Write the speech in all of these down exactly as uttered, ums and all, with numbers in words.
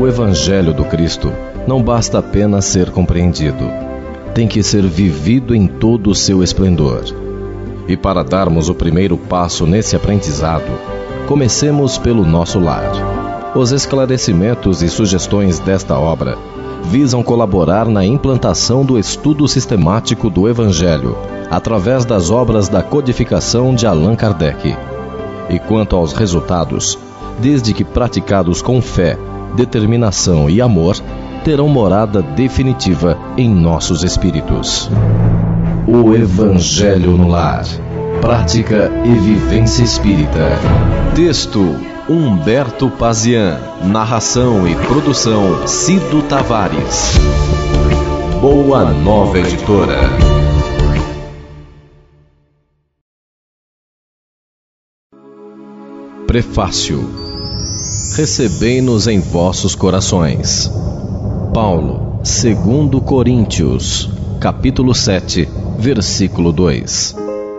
O Evangelho do Cristo não basta apenas ser compreendido, tem que ser vivido em todo o seu esplendor. E para darmos o primeiro passo nesse aprendizado, comecemos pelo nosso lar. Os esclarecimentos e sugestões desta obra visam colaborar na implantação do estudo sistemático do Evangelho, através das obras da codificação de Allan Kardec. E quanto aos resultados, desde que praticados com fé, determinação e amor, terão morada definitiva em nossos espíritos. O Evangelho no Lar. Prática e vivência espírita. Texto: Humberto Pazian. Narração e produção: Cido Tavares. Boa Nova Editora. Prefácio. Recebei-nos em vossos corações. Paulo, segundo Coríntios, capítulo sete, versículo dois.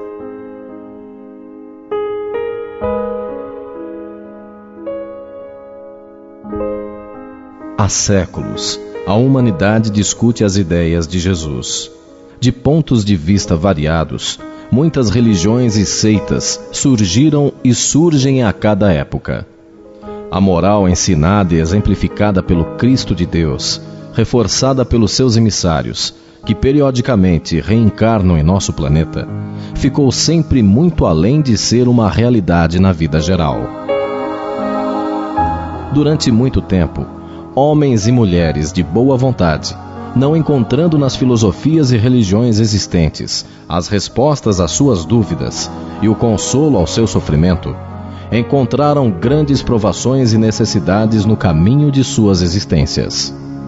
Há séculos, a humanidade discute as ideias de Jesus. De pontos de vista variados, muitas religiões e seitas surgiram e surgem a cada época. A moral ensinada e exemplificada pelo Cristo de Deus, reforçada pelos seus emissários, que periodicamente reencarnam em nosso planeta, ficou sempre muito além de ser uma realidade na vida geral. Durante muito tempo, homens e mulheres de boa vontade, não encontrando nas filosofias e religiões existentes as respostas às suas dúvidas e o consolo ao seu sofrimento, encontraram grandes provações e necessidades no caminho de suas existências.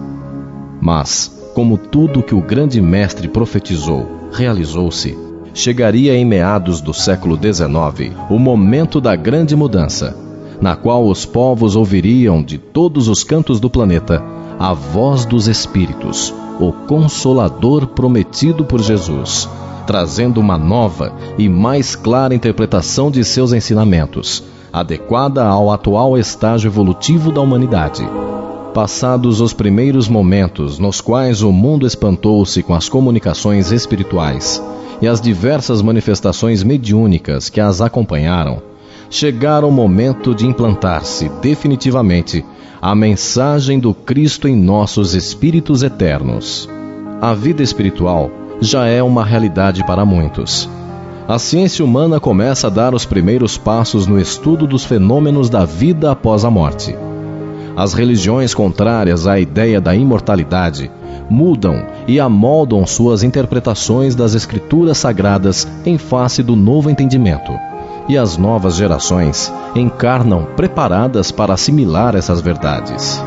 Mas, como tudo que o grande mestre profetizou realizou-se, chegaria em meados do século dezenove o momento da grande mudança, na qual os povos ouviriam de todos os cantos do planeta a voz dos Espíritos, o Consolador prometido por Jesus, trazendo uma nova e mais clara interpretação de seus ensinamentos, adequada ao atual estágio evolutivo da humanidade. Passados os primeiros momentos nos quais o mundo espantou-se com as comunicações espirituais e as diversas manifestações mediúnicas que as acompanharam, chegara o momento de implantar-se definitivamente a mensagem do Cristo em nossos espíritos eternos. A vida espiritual já é uma realidade para muitos. A ciência humana começa a dar os primeiros passos no estudo dos fenômenos da vida após a morte. As religiões contrárias à ideia da imortalidade mudam e amoldam suas interpretações das escrituras sagradas em face do novo entendimento. E as novas gerações encarnam preparadas para assimilar essas verdades.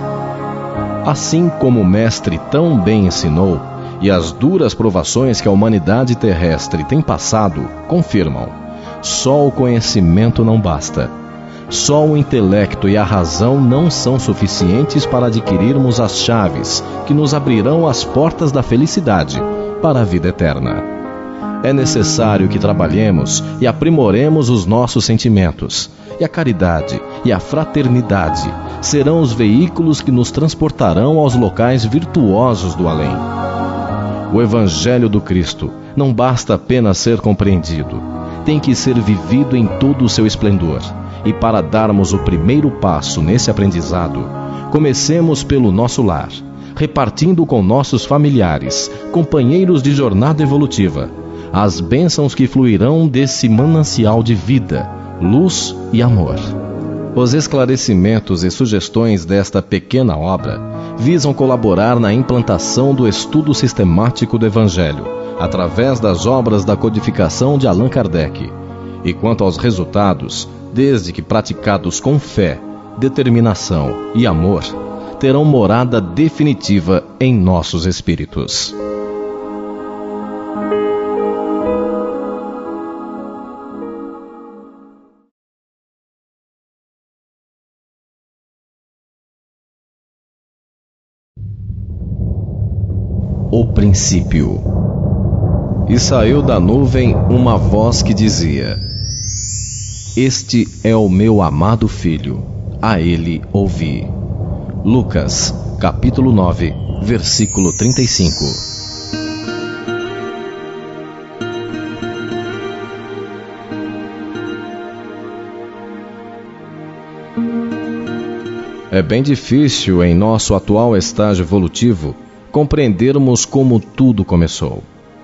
Assim como o Mestre tão bem ensinou, e as duras provações que a humanidade terrestre tem passado confirmam: só o conhecimento não basta. Só o intelecto e a razão não são suficientes para adquirirmos as chaves que nos abrirão as portas da felicidade para a vida eterna. É necessário que trabalhemos e aprimoremos os nossos sentimentos, e a caridade e a fraternidade serão os veículos que nos transportarão aos locais virtuosos do além. O Evangelho do Cristo não basta apenas ser compreendido, tem que ser vivido em todo o seu esplendor. E para darmos o primeiro passo nesse aprendizado, comecemos pelo nosso lar, repartindo com nossos familiares, companheiros de jornada evolutiva, as bênçãos que fluirão desse manancial de vida, luz e amor. Os esclarecimentos e sugestões desta pequena obra visam colaborar na implantação do estudo sistemático do Evangelho, através das obras da codificação de Allan Kardec. E quanto aos resultados, desde que praticados com fé, determinação e amor, terão morada definitiva em nossos espíritos. O princípio. E saiu da nuvem uma voz que dizia: Este é o meu amado filho, a ele ouvi. Lucas, capítulo nove, versículo trinta e cinco. É bem difícil, em nosso atual estágio evolutivo, compreendermos como tudo começou.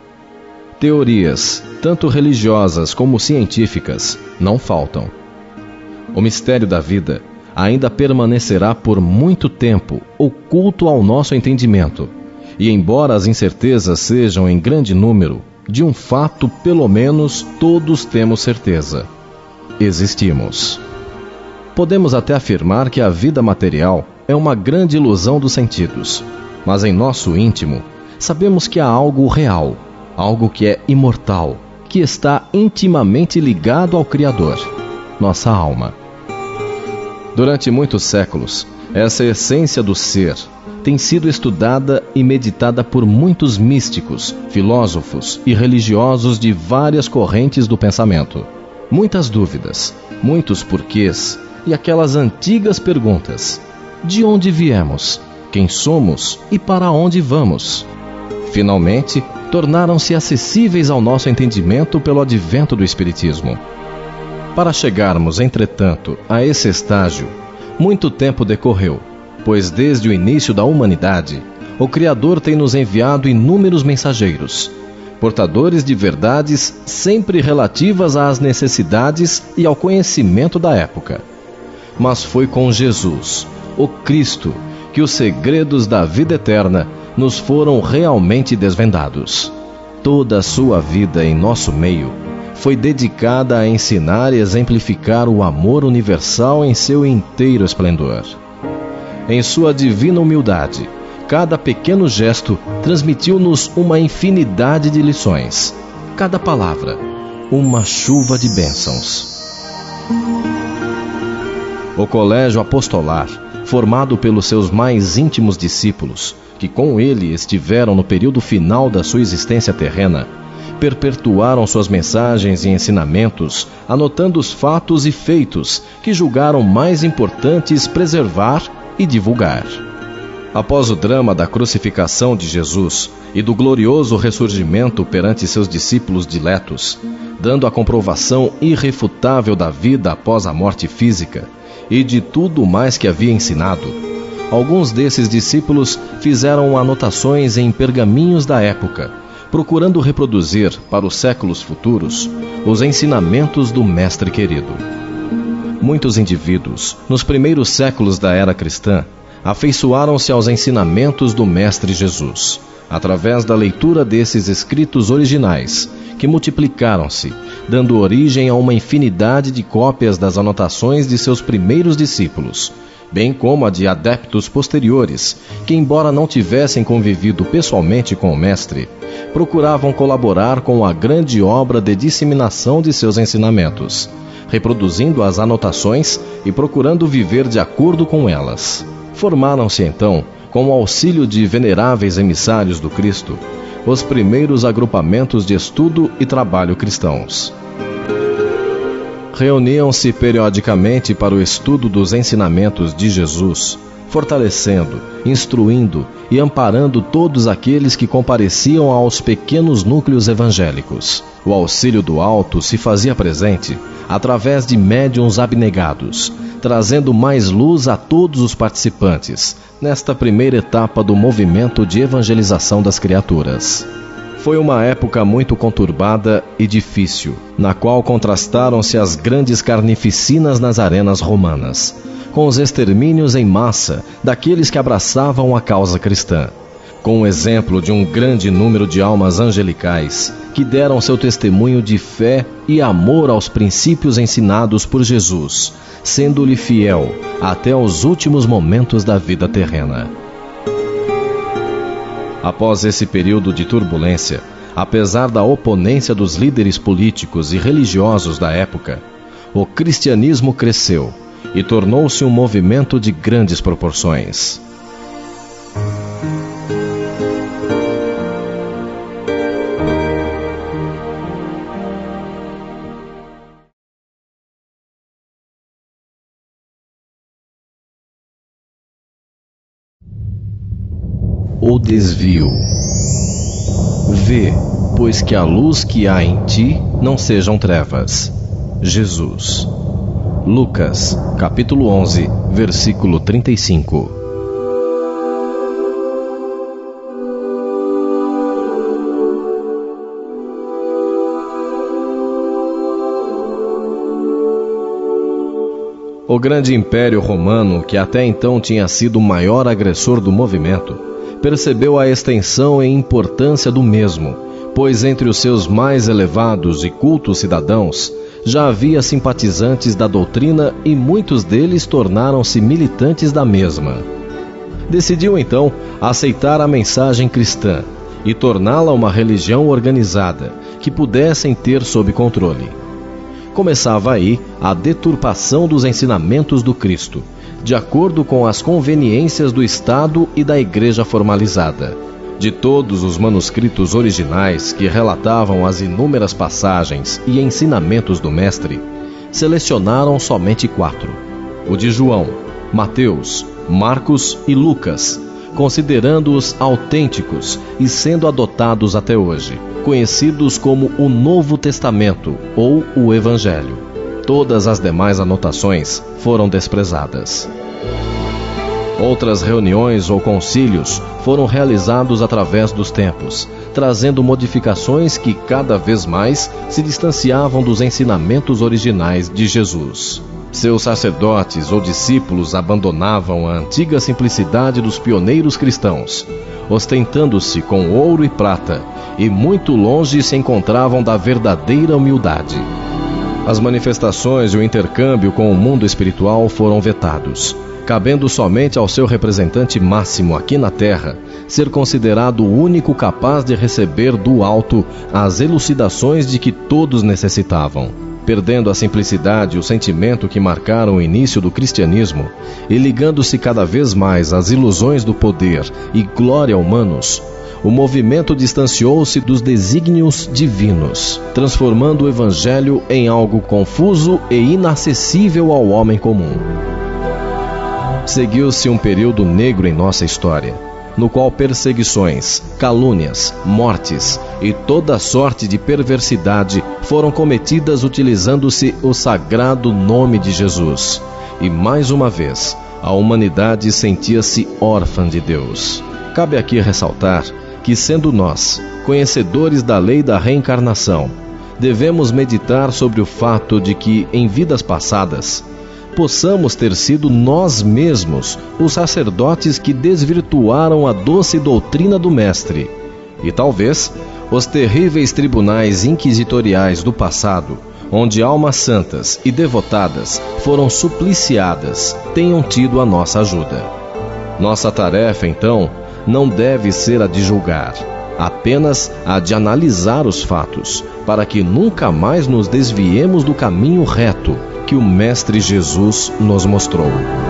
Teorias, tanto religiosas como científicas, não faltam. O mistério da vida ainda permanecerá por muito tempo oculto ao nosso entendimento, e embora as incertezas sejam em grande número, de um fato pelo menos todos temos certeza: existimos. Podemos até afirmar que a vida material é uma grande ilusão dos sentidos, mas em nosso íntimo sabemos que há algo real, algo que é imortal, que está intimamente ligado ao Criador, nossa alma. Durante muitos séculos, essa essência do ser tem sido estudada e meditada por muitos místicos, filósofos e religiosos de várias correntes do pensamento. Muitas dúvidas, muitos porquês e aquelas antigas perguntas: de onde viemos, quem somos e para onde vamos? Finalmente, tornaram-se acessíveis ao nosso entendimento pelo advento do Espiritismo. Para chegarmos, entretanto, a esse estágio, muito tempo decorreu, pois desde o início da humanidade, o Criador tem nos enviado inúmeros mensageiros, portadores de verdades sempre relativas às necessidades e ao conhecimento da época. Mas foi com Jesus, o Cristo, que os segredos da vida eterna nos foram realmente desvendados. Toda a sua vida em nosso meio foi dedicada a ensinar e exemplificar o amor universal em seu inteiro esplendor. Em sua divina humildade, cada pequeno gesto transmitiu-nos uma infinidade de lições. Cada palavra, uma chuva de bênçãos. O colégio apostolar, formado pelos seus mais íntimos discípulos, que com ele estiveram no período final da sua existência terrena, perpetuaram suas mensagens e ensinamentos, anotando os fatos e feitos que julgaram mais importantes preservar e divulgar. Após o drama da crucificação de Jesus e do glorioso ressurgimento perante seus discípulos diletos, dando a comprovação irrefutável da vida após a morte física e de tudo mais que havia ensinado, alguns desses discípulos fizeram anotações em pergaminhos da época, procurando reproduzir para os séculos futuros os ensinamentos do Mestre querido. Muitos indivíduos, nos primeiros séculos da era cristã, afeiçoaram-se aos ensinamentos do Mestre Jesus, através da leitura desses escritos originais, que multiplicaram-se, dando origem a uma infinidade de cópias das anotações de seus primeiros discípulos, bem como a de adeptos posteriores, que, embora não tivessem convivido pessoalmente com o Mestre, procuravam colaborar com a grande obra de disseminação de seus ensinamentos, reproduzindo as anotações e procurando viver de acordo com elas. Formaram-se então, com o auxílio de veneráveis emissários do Cristo, os primeiros agrupamentos de estudo e trabalho cristãos. Reuniam-se periodicamente para o estudo dos ensinamentos de Jesus, fortalecendo, instruindo e amparando todos aqueles que compareciam aos pequenos núcleos evangélicos. O auxílio do alto se fazia presente através de médiuns abnegados, trazendo mais luz a todos os participantes nesta primeira etapa do movimento de evangelização das criaturas. Foi uma época muito conturbada e difícil, na qual contrastaram-se as grandes carnificinas nas arenas romanas, com os extermínios em massa daqueles que abraçavam a causa cristã, com o exemplo de um grande número de almas angelicais que deram seu testemunho de fé e amor aos princípios ensinados por Jesus, sendo-lhe fiel até os últimos momentos da vida terrena. Após esse período de turbulência, apesar da oponência dos líderes políticos e religiosos da época, o cristianismo cresceu e tornou-se um movimento de grandes proporções. o desvio. Vê, pois que a luz que há em ti não sejam trevas. Jesus. Lucas, capítulo onze, versículo trinta e cinco. O grande Império Romano, que até então tinha sido o maior agressor do movimento, percebeu a extensão e importância do mesmo, pois entre os seus mais elevados e cultos cidadãos já havia simpatizantes da doutrina e muitos deles tornaram-se militantes da mesma. Decidiu então aceitar a mensagem cristã e torná-la uma religião organizada, que pudessem ter sob controle. Começava aí a deturpação dos ensinamentos do Cristo, de acordo com as conveniências do Estado e da Igreja formalizada. De todos os manuscritos originais que relatavam as inúmeras passagens e ensinamentos do Mestre, selecionaram somente quatro: o de João, Mateus, Marcos e Lucas, considerando-os autênticos e sendo adotados até hoje, conhecidos como o Novo Testamento ou o Evangelho. Todas as demais anotações foram desprezadas. Outras reuniões ou concílios foram realizados através dos tempos, trazendo modificações que cada vez mais se distanciavam dos ensinamentos originais de Jesus. Seus sacerdotes ou discípulos abandonavam a antiga simplicidade dos pioneiros cristãos, ostentando-se com ouro e prata, e muito longe se encontravam da verdadeira humildade. As manifestações e o intercâmbio com o mundo espiritual foram vetados, cabendo somente ao seu representante máximo aqui na Terra ser considerado o único capaz de receber do alto as elucidações de que todos necessitavam. Perdendo a simplicidade e o sentimento que marcaram o início do cristianismo e ligando-se cada vez mais às ilusões do poder e glória humanos, o movimento distanciou-se dos desígnios divinos, transformando o Evangelho em algo confuso e inacessível ao homem comum. Seguiu-se um período negro em nossa história, no qual perseguições, calúnias, mortes e toda sorte de perversidade foram cometidas utilizando-se o sagrado nome de Jesus. E mais uma vez, a humanidade sentia-se órfã de Deus. Cabe aqui ressaltar que, sendo nós conhecedores da lei da reencarnação, devemos meditar sobre o fato de que, em vidas passadas, possamos ter sido nós mesmos os sacerdotes que desvirtuaram a doce doutrina do Mestre, e talvez os terríveis tribunais inquisitoriais do passado, onde almas santas e devotadas foram supliciadas, tenham tido a nossa ajuda. Nossa tarefa, então, não deve ser a de julgar, apenas a de analisar os fatos, para que nunca mais nos desviemos do caminho reto que o Mestre Jesus nos mostrou.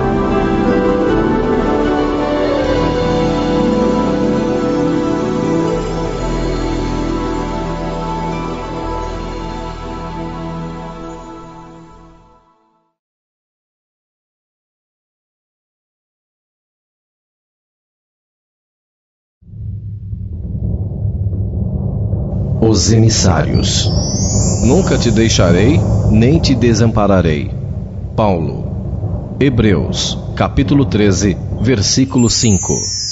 Os emissários. Nunca te deixarei, nem te desampararei. Paulo. Hebreus, capítulo treze, versículo cinco.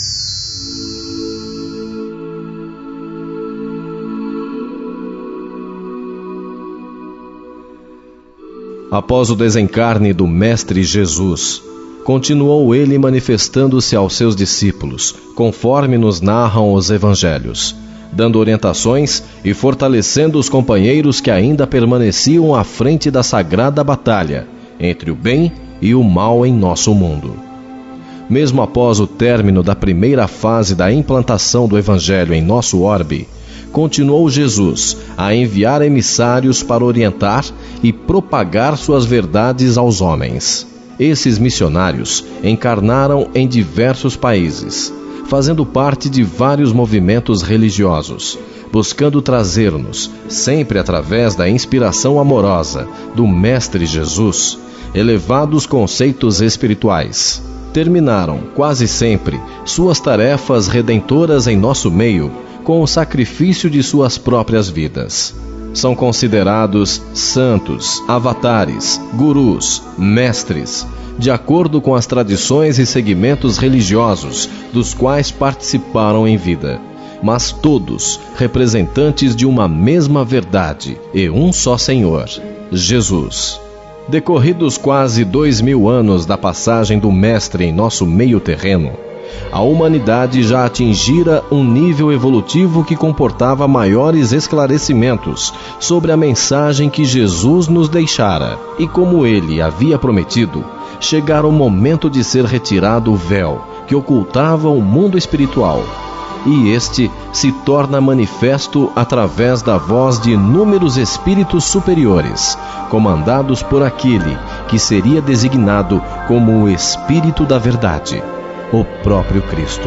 Após o desencarne do Mestre Jesus, continuou ele manifestando-se aos seus discípulos, conforme nos narram os evangelhos, dando orientações e fortalecendo os companheiros que ainda permaneciam à frente da sagrada batalha entre o bem e o mal em nosso mundo. Mesmo após o término da primeira fase da implantação do Evangelho em nosso orbe, continuou Jesus a enviar emissários para orientar e propagar suas verdades aos homens. Esses missionários encarnaram em diversos países, fazendo parte de vários movimentos religiosos, buscando trazer-nos, sempre através da inspiração amorosa do Mestre Jesus, elevados conceitos espirituais. terminaram, quase sempre, suas tarefas redentoras em nosso meio com o sacrifício de suas próprias vidas. São considerados santos, avatares, gurus, mestres, de acordo com as tradições e segmentos religiosos dos quais participaram em vida, mas todos representantes de uma mesma verdade e um só Senhor, Jesus. Decorridos quase dois mil anos da passagem do Mestre em nosso meio terreno, a humanidade já atingira um nível evolutivo que comportava maiores esclarecimentos sobre a mensagem que Jesus nos deixara. E como ele havia prometido, chegara o momento de ser retirado o véu que ocultava o mundo espiritual. E este se torna manifesto através da voz de inúmeros espíritos superiores, comandados por aquele que seria designado como o Espírito da Verdade, o próprio Cristo.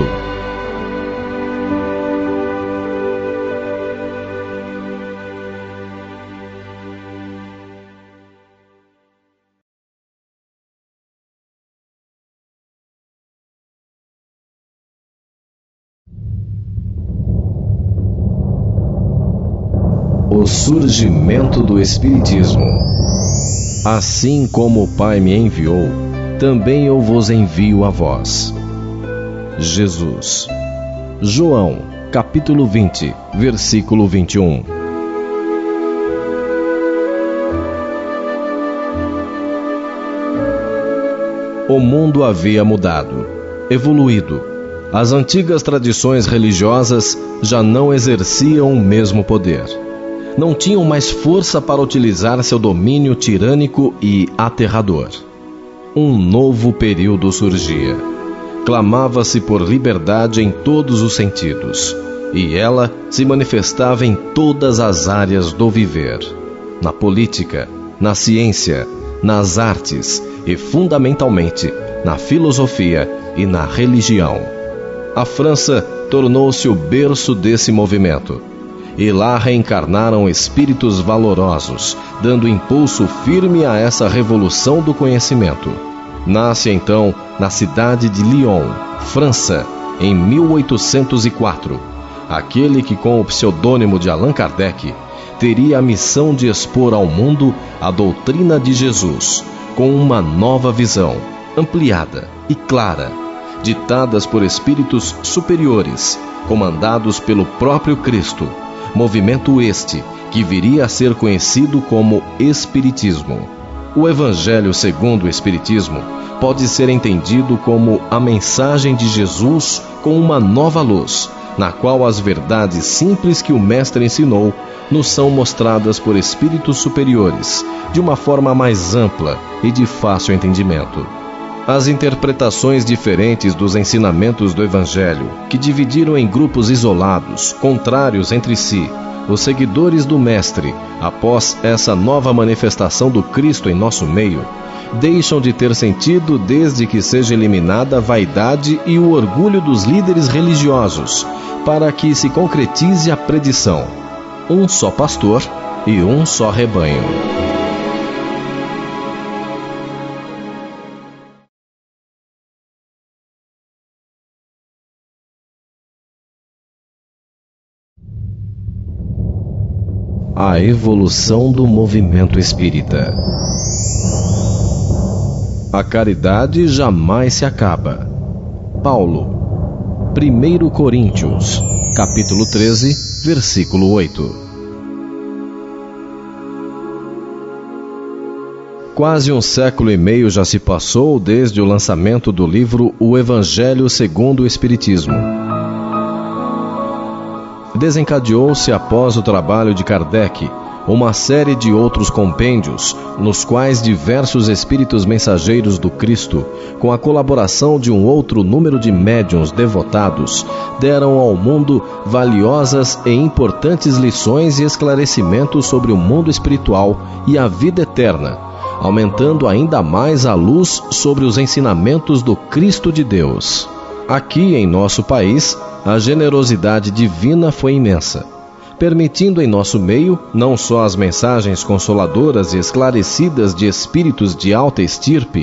O surgimento do Espiritismo. Assim como o Pai me enviou, também eu vos envio a vós. Jesus. João, capítulo vinte, versículo vinte e um. O mundo havia mudado, evoluído. As antigas tradições religiosas já não exerciam o mesmo poder. Não tinham mais força para utilizar seu domínio tirânico e aterrador. Um novo período surgia. Clamava-se por liberdade em todos os sentidos, e ela se manifestava em todas as áreas do viver, na política, na ciência, nas artes e, fundamentalmente, na filosofia e na religião. A França tornou-se o berço desse movimento, e lá reencarnaram espíritos valorosos, dando impulso firme a essa revolução do conhecimento. Nasce então na cidade de Lyon, França, em mil oitocentos e quatro, aquele que com o pseudônimo de Allan Kardec teria a missão de expor ao mundo a doutrina de Jesus, com uma nova visão, ampliada e clara, ditadas por espíritos superiores, comandados pelo próprio Cristo, movimento este que viria a ser conhecido como Espiritismo. O Evangelho segundo o Espiritismo pode ser entendido como a mensagem de Jesus com uma nova luz, na qual as verdades simples que o Mestre ensinou nos são mostradas por espíritos superiores, de uma forma mais ampla e de fácil entendimento. As interpretações diferentes dos ensinamentos do Evangelho, que dividiram em grupos isolados, contrários entre si, os seguidores do Mestre, após essa nova manifestação do Cristo em nosso meio, deixam de ter sentido desde que seja eliminada a vaidade e o orgulho dos líderes religiosos, para que se concretize a predição: um só pastor e um só rebanho. A evolução do movimento espírita. A caridade jamais se acaba. Paulo, primeiro Coríntios, capítulo treze, versículo oito. Quase um século e meio já se passou desde o lançamento do livro O Evangelho segundo o Espiritismo. Desencadeou-se após o trabalho de Kardec uma série de outros compêndios, nos quais diversos espíritos mensageiros do Cristo, com a colaboração de um outro número de médiuns devotados, deram ao mundo valiosas e importantes lições e esclarecimentos sobre o mundo espiritual e a vida eterna, aumentando ainda mais a luz sobre os ensinamentos do Cristo de Deus. Aqui em nosso país, a generosidade divina foi imensa, permitindo em nosso meio não só as mensagens consoladoras e esclarecidas de espíritos de alta estirpe,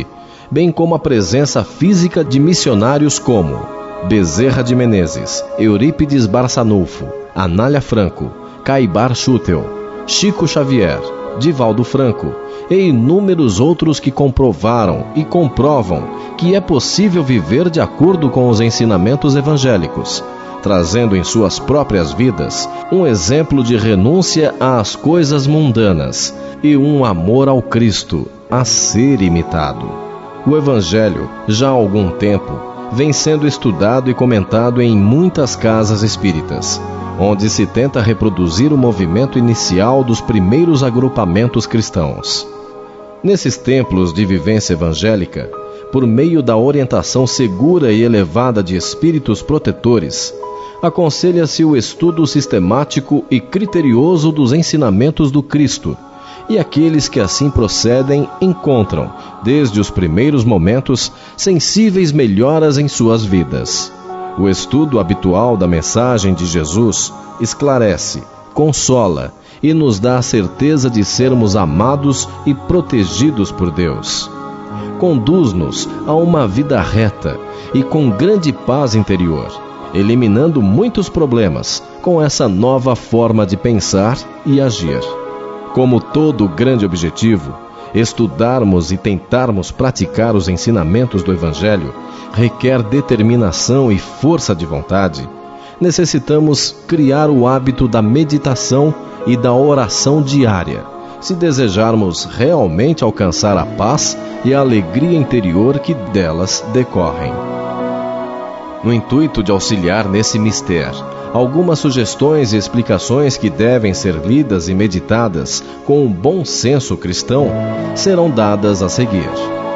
bem como a presença física de missionários como Bezerra de Menezes, Eurípides Barçanufo, Anália Franco, Caibar Schutel, Chico Xavier, Divaldo Franco e inúmeros outros que comprovaram e comprovam que é possível viver de acordo com os ensinamentos evangélicos, trazendo em suas próprias vidas um exemplo de renúncia às coisas mundanas e um amor ao Cristo a ser imitado. O Evangelho, já há algum tempo, vem sendo estudado e comentado em muitas casas espíritas, onde se tenta reproduzir o movimento inicial dos primeiros agrupamentos cristãos. Nesses templos de vivência evangélica, por meio da orientação segura e elevada de espíritos protetores, aconselha-se o estudo sistemático e criterioso dos ensinamentos do Cristo, e aqueles que assim procedem encontram, desde os primeiros momentos, sensíveis melhoras em suas vidas. O estudo habitual da mensagem de Jesus esclarece, consola e nos dá a certeza de sermos amados e protegidos por Deus. Conduz-nos a uma vida reta e com grande paz interior, eliminando muitos problemas com essa nova forma de pensar e agir. Como todo grande objetivo, estudarmos e tentarmos praticar os ensinamentos do Evangelho requer determinação e força de vontade. Necessitamos criar o hábito da meditação e da oração diária, se desejarmos realmente alcançar a paz e a alegria interior que delas decorrem. No intuito de auxiliar nesse mistério, algumas sugestões e explicações que devem ser lidas e meditadas com um bom senso cristão serão dadas a seguir.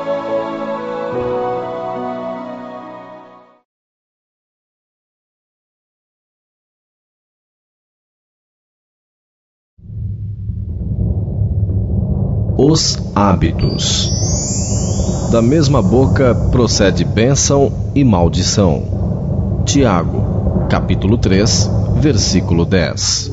Os hábitos. Da mesma boca procede bênção e maldição. Tiago, capítulo três, versículo dez.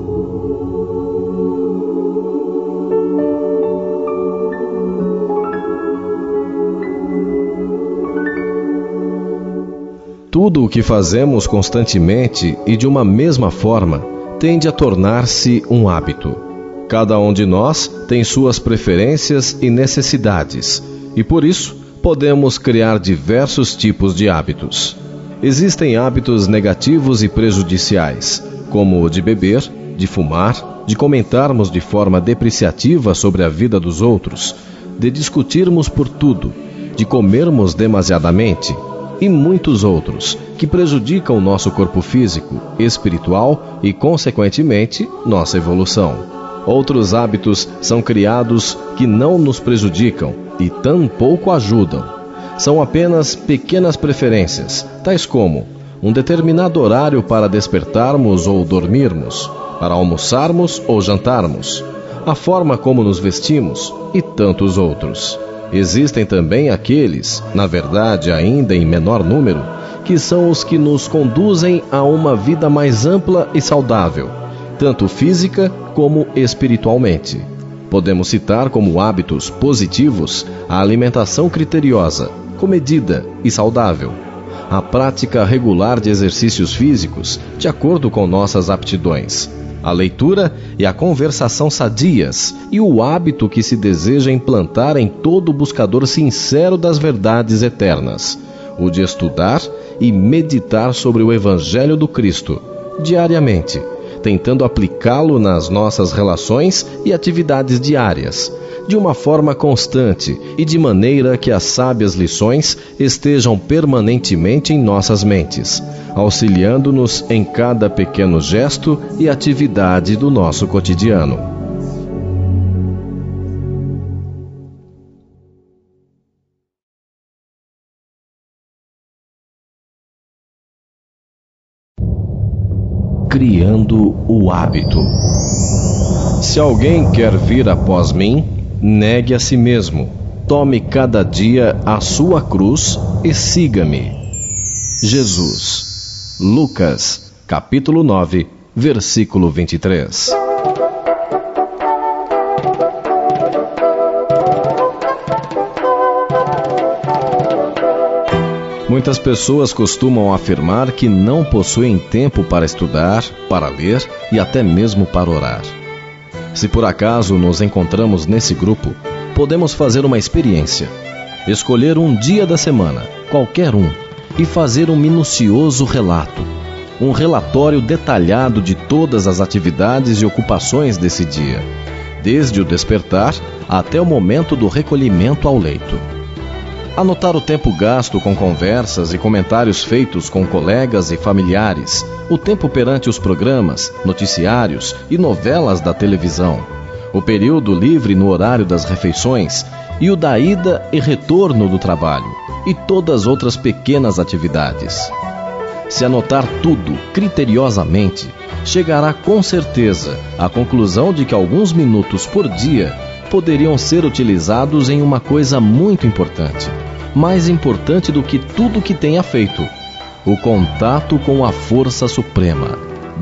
Tudo o que fazemos constantemente e de uma mesma forma tende a tornar-se um hábito. Cada um de nós tem suas preferências e necessidades, e por isso podemos criar diversos tipos de hábitos. Existem hábitos negativos e prejudiciais, como o de beber, de fumar, de comentarmos de forma depreciativa sobre a vida dos outros, de discutirmos por tudo, de comermos demasiadamente, e muitos outros, que prejudicam nosso corpo físico, espiritual e, consequentemente, nossa evolução. Outros hábitos são criados que não nos prejudicam e tampouco ajudam. São apenas pequenas preferências, tais como um determinado horário para despertarmos ou dormirmos, para almoçarmos ou jantarmos, a forma como nos vestimos e tantos outros. Existem também aqueles, na verdade ainda em menor número, que são os que nos conduzem a uma vida mais ampla e saudável, tanto física como espiritualmente. Podemos citar como hábitos positivos a alimentação criteriosa, comedida e saudável, a prática regular de exercícios físicos de acordo com nossas aptidões, a leitura e a conversação sadias e o hábito que se deseja implantar em todo buscador sincero das verdades eternas, o de estudar e meditar sobre o Evangelho do Cristo diariamente, tentando aplicá-lo nas nossas relações e atividades diárias, de uma forma constante e de maneira que as sábias lições estejam permanentemente em nossas mentes, auxiliando-nos em cada pequeno gesto e atividade do nosso cotidiano. Criando o hábito. Se alguém quer vir após mim, negue a si mesmo, tome cada dia a sua cruz e siga-me. Jesus. Lucas, capítulo nove, versículo vinte e três. Muitas pessoas costumam afirmar que não possuem tempo para estudar, para ler e até mesmo para orar. Se por acaso nos encontramos nesse grupo, podemos fazer uma experiência. Escolher um dia da semana, qualquer um, e fazer um minucioso relato. Um relatório detalhado de todas as atividades e ocupações desse dia, desde o despertar até o momento do recolhimento ao leito. Anotar o tempo gasto com conversas e comentários feitos com colegas e familiares, o tempo perante os programas, noticiários e novelas da televisão, o período livre no horário das refeições e o da ida e retorno do trabalho, e todas as outras pequenas atividades. Se anotar tudo criteriosamente, chegará com certeza à conclusão de que alguns minutos por dia poderiam ser utilizados em uma coisa muito importante, mais importante do que tudo que tenha feito: o contato com a força suprema,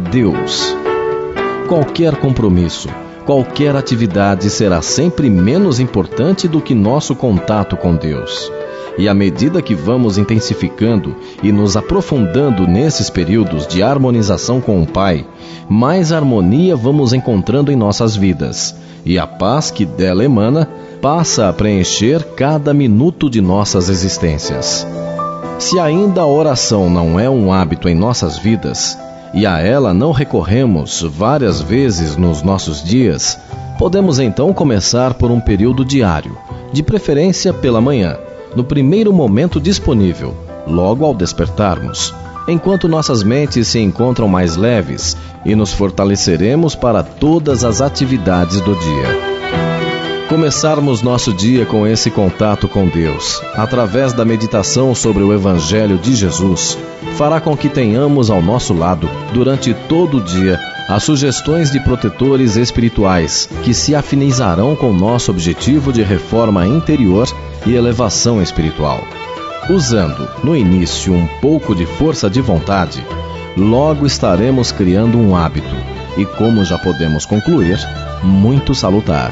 Deus. Qualquer compromisso, qualquer atividade será sempre menos importante do que nosso contato com Deus. E à medida que vamos intensificando e nos aprofundando nesses períodos de harmonização com o Pai, mais harmonia vamos encontrando em nossas vidas, e a paz que dela emana passa a preencher cada minuto de nossas existências. Se ainda a oração não é um hábito em nossas vidas, e a ela não recorremos várias vezes nos nossos dias, podemos então começar por um período diário, de preferência pela manhã, no primeiro momento disponível, logo ao despertarmos, enquanto nossas mentes se encontram mais leves, e nos fortaleceremos para todas as atividades do dia. Começarmos nosso dia com esse contato com Deus, através da meditação sobre o Evangelho de Jesus, fará com que tenhamos ao nosso lado, durante todo o dia, as sugestões de protetores espirituais, que se afinizarão com nosso objetivo de reforma interior e elevação espiritual. Usando, no início, um pouco de força de vontade, logo estaremos criando um hábito, e como já podemos concluir, muito salutar.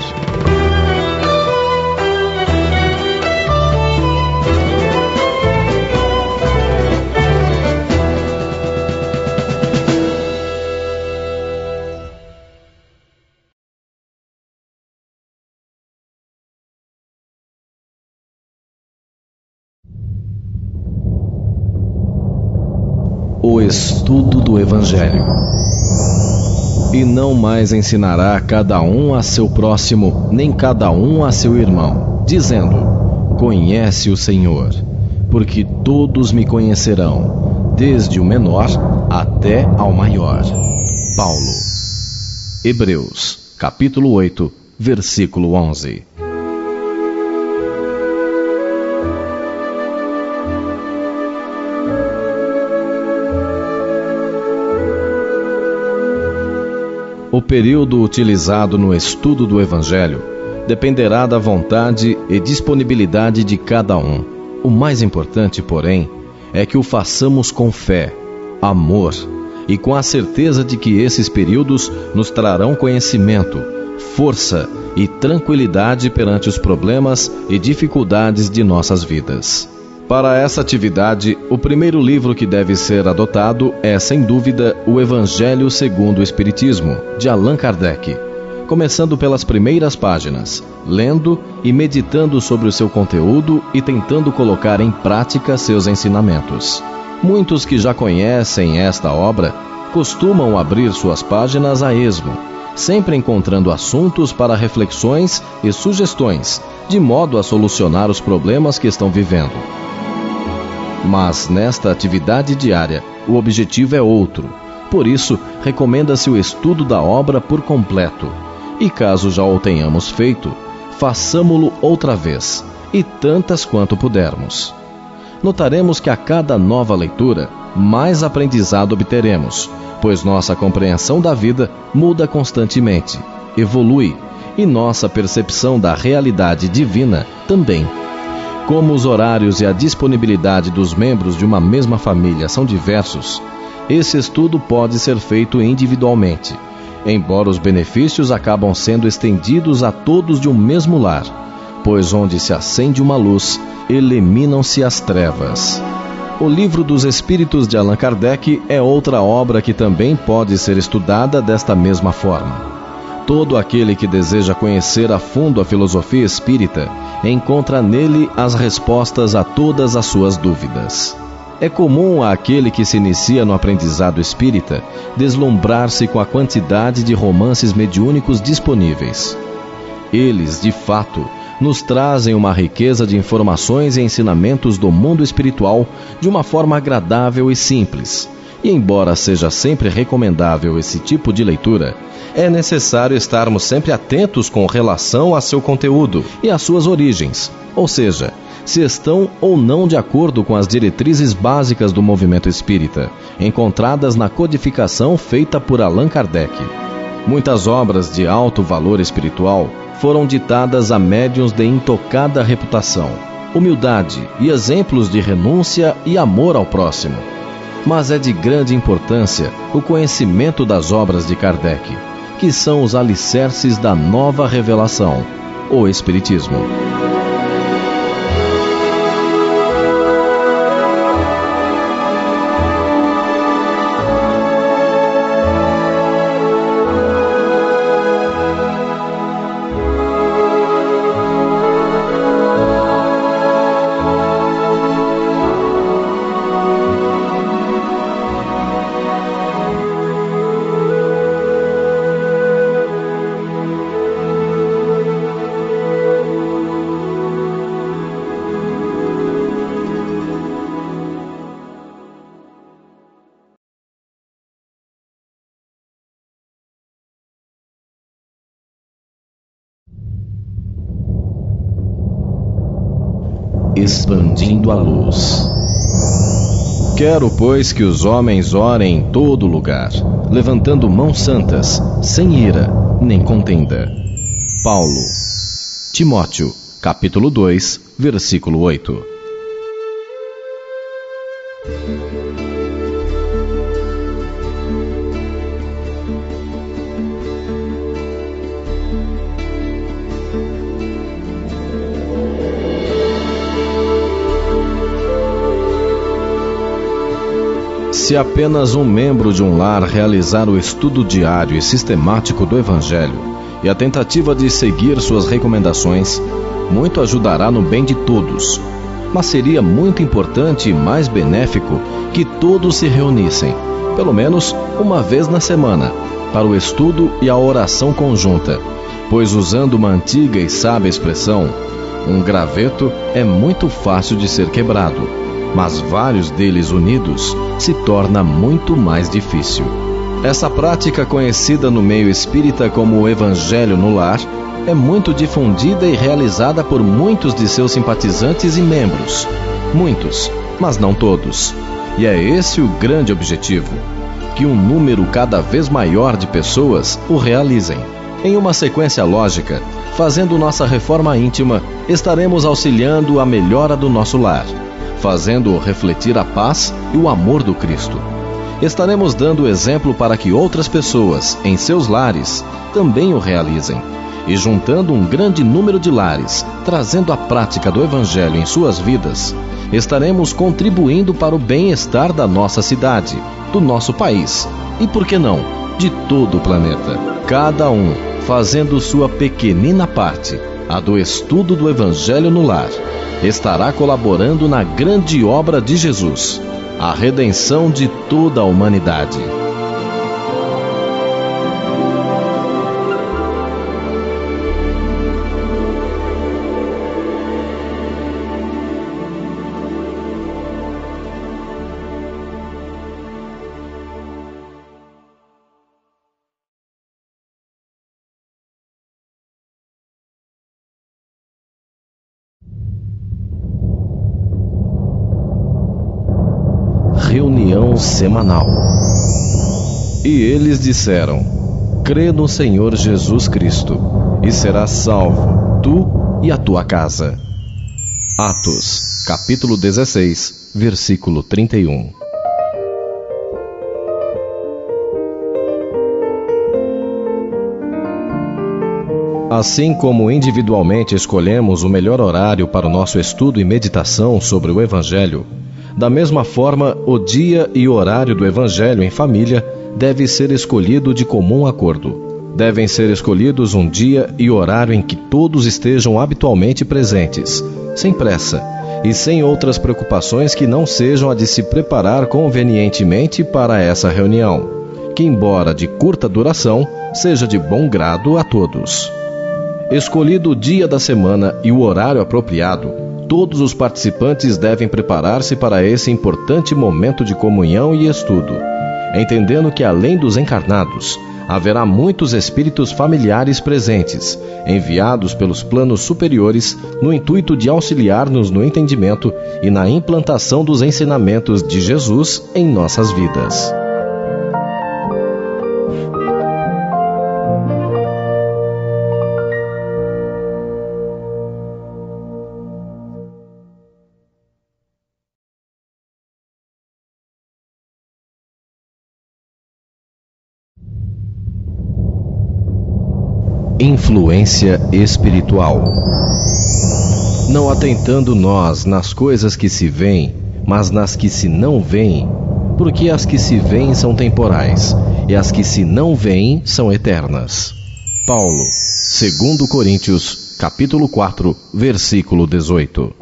O estudo do Evangelho. E não mais ensinará cada um a seu próximo, nem cada um a seu irmão, dizendo: conhece o Senhor, porque todos me conhecerão, desde o menor até ao maior. Paulo. Hebreus, capítulo oito, versículo onze. O período utilizado no estudo do Evangelho dependerá da vontade e disponibilidade de cada um. O mais importante, porém, é que o façamos com fé, amor e com a certeza de que esses períodos nos trarão conhecimento, força e tranquilidade perante os problemas e dificuldades de nossas vidas. Para essa atividade, o primeiro livro que deve ser adotado é, sem dúvida, o Evangelho segundo o Espiritismo, de Allan Kardec, começando pelas primeiras páginas, lendo e meditando sobre o seu conteúdo e tentando colocar em prática seus ensinamentos. Muitos que já conhecem esta obra costumam abrir suas páginas a esmo, sempre encontrando assuntos para reflexões e sugestões, de modo a solucionar os problemas que estão vivendo. Mas nesta atividade diária, o objetivo é outro. Por isso, recomenda-se o estudo da obra por completo. E caso já o tenhamos feito, façamo-lo outra vez, e tantas quanto pudermos. Notaremos que a cada nova leitura, mais aprendizado obteremos, pois nossa compreensão da vida muda constantemente, evolui, e nossa percepção da realidade divina também. Como os horários e a disponibilidade dos membros de uma mesma família são diversos, esse estudo pode ser feito individualmente, embora os benefícios acabam sendo estendidos a todos de um mesmo lar, pois onde se acende uma luz, eliminam-se as trevas. O Livro dos Espíritos de Allan Kardec é outra obra que também pode ser estudada desta mesma forma. Todo aquele que deseja conhecer a fundo a filosofia espírita encontra nele as respostas a todas as suas dúvidas. É comum àquele que se inicia no aprendizado espírita deslumbrar-se com a quantidade de romances mediúnicos disponíveis. Eles, de fato, nos trazem uma riqueza de informações e ensinamentos do mundo espiritual de uma forma agradável e simples. E embora seja sempre recomendável esse tipo de leitura, é necessário estarmos sempre atentos com relação a seu conteúdo e às suas origens, ou seja, se estão ou não de acordo com as diretrizes básicas do movimento espírita, encontradas na codificação feita por Allan Kardec. Muitas obras de alto valor espiritual foram ditadas a médiuns de intocada reputação, humildade e exemplos de renúncia e amor ao próximo. Mas é de grande importância o conhecimento das obras de Kardec, que são os alicerces da nova revelação, o Espiritismo. Expandindo a luz. Quero, pois, que os homens orem em todo lugar, levantando mãos santas, sem ira, nem contenda. Paulo, Timóteo, capítulo dois, versículo oito. Se apenas um membro de um lar realizar o estudo diário e sistemático do Evangelho e a tentativa de seguir suas recomendações, muito ajudará no bem de todos. Mas seria muito importante e mais benéfico que todos se reunissem, pelo menos uma vez na semana, para o estudo e a oração conjunta, pois, usando uma antiga e sábia expressão, um graveto é muito fácil de ser quebrado, mas vários deles unidos se torna muito mais difícil. Essa prática, conhecida no meio espírita como o Evangelho no Lar, é muito difundida e realizada por muitos de seus simpatizantes e membros. Muitos, mas não todos. E é esse o grande objetivo, que um número cada vez maior de pessoas o realizem. Em uma sequência lógica, fazendo nossa reforma íntima, estaremos auxiliando a melhora do nosso lar, fazendo-o refletir a paz e o amor do Cristo. Estaremos dando exemplo para que outras pessoas, em seus lares, também o realizem, e juntando um grande número de lares, trazendo a prática do Evangelho em suas vidas, estaremos contribuindo para o bem-estar da nossa cidade, do nosso país, e por que não, de todo o planeta. Cada um fazendo sua pequenina parte, a do estudo do Evangelho no lar, estará colaborando na grande obra de Jesus, a redenção de toda a humanidade. Reunião semanal. E eles disseram: crê no Senhor Jesus Cristo, e serás salvo, tu e a tua casa. Atos, capítulo dezesseis, versículo trinta e um. Assim como individualmente escolhemos o melhor horário para o nosso estudo e meditação sobre o Evangelho, Da mesma forma, o dia e horário do Evangelho em família deve ser escolhido de comum acordo. Devem ser escolhidos um dia e horário em que todos estejam habitualmente presentes, sem pressa e sem outras preocupações que não sejam a de se preparar convenientemente para essa reunião, que, embora de curta duração, seja de bom grado a todos. Escolhido o dia da semana e o horário apropriado, todos os participantes devem preparar-se para esse importante momento de comunhão e estudo, entendendo que, além dos encarnados, haverá muitos espíritos familiares presentes, enviados pelos planos superiores, no intuito de auxiliar-nos no entendimento e na implantação dos ensinamentos de Jesus em nossas vidas. Influência espiritual. Não atentando nós nas coisas que se veem, mas nas que se não veem, porque as que se veem são temporais, e as que se não veem são eternas. Paulo, segundo Coríntios, capítulo quatro, versículo dezoito.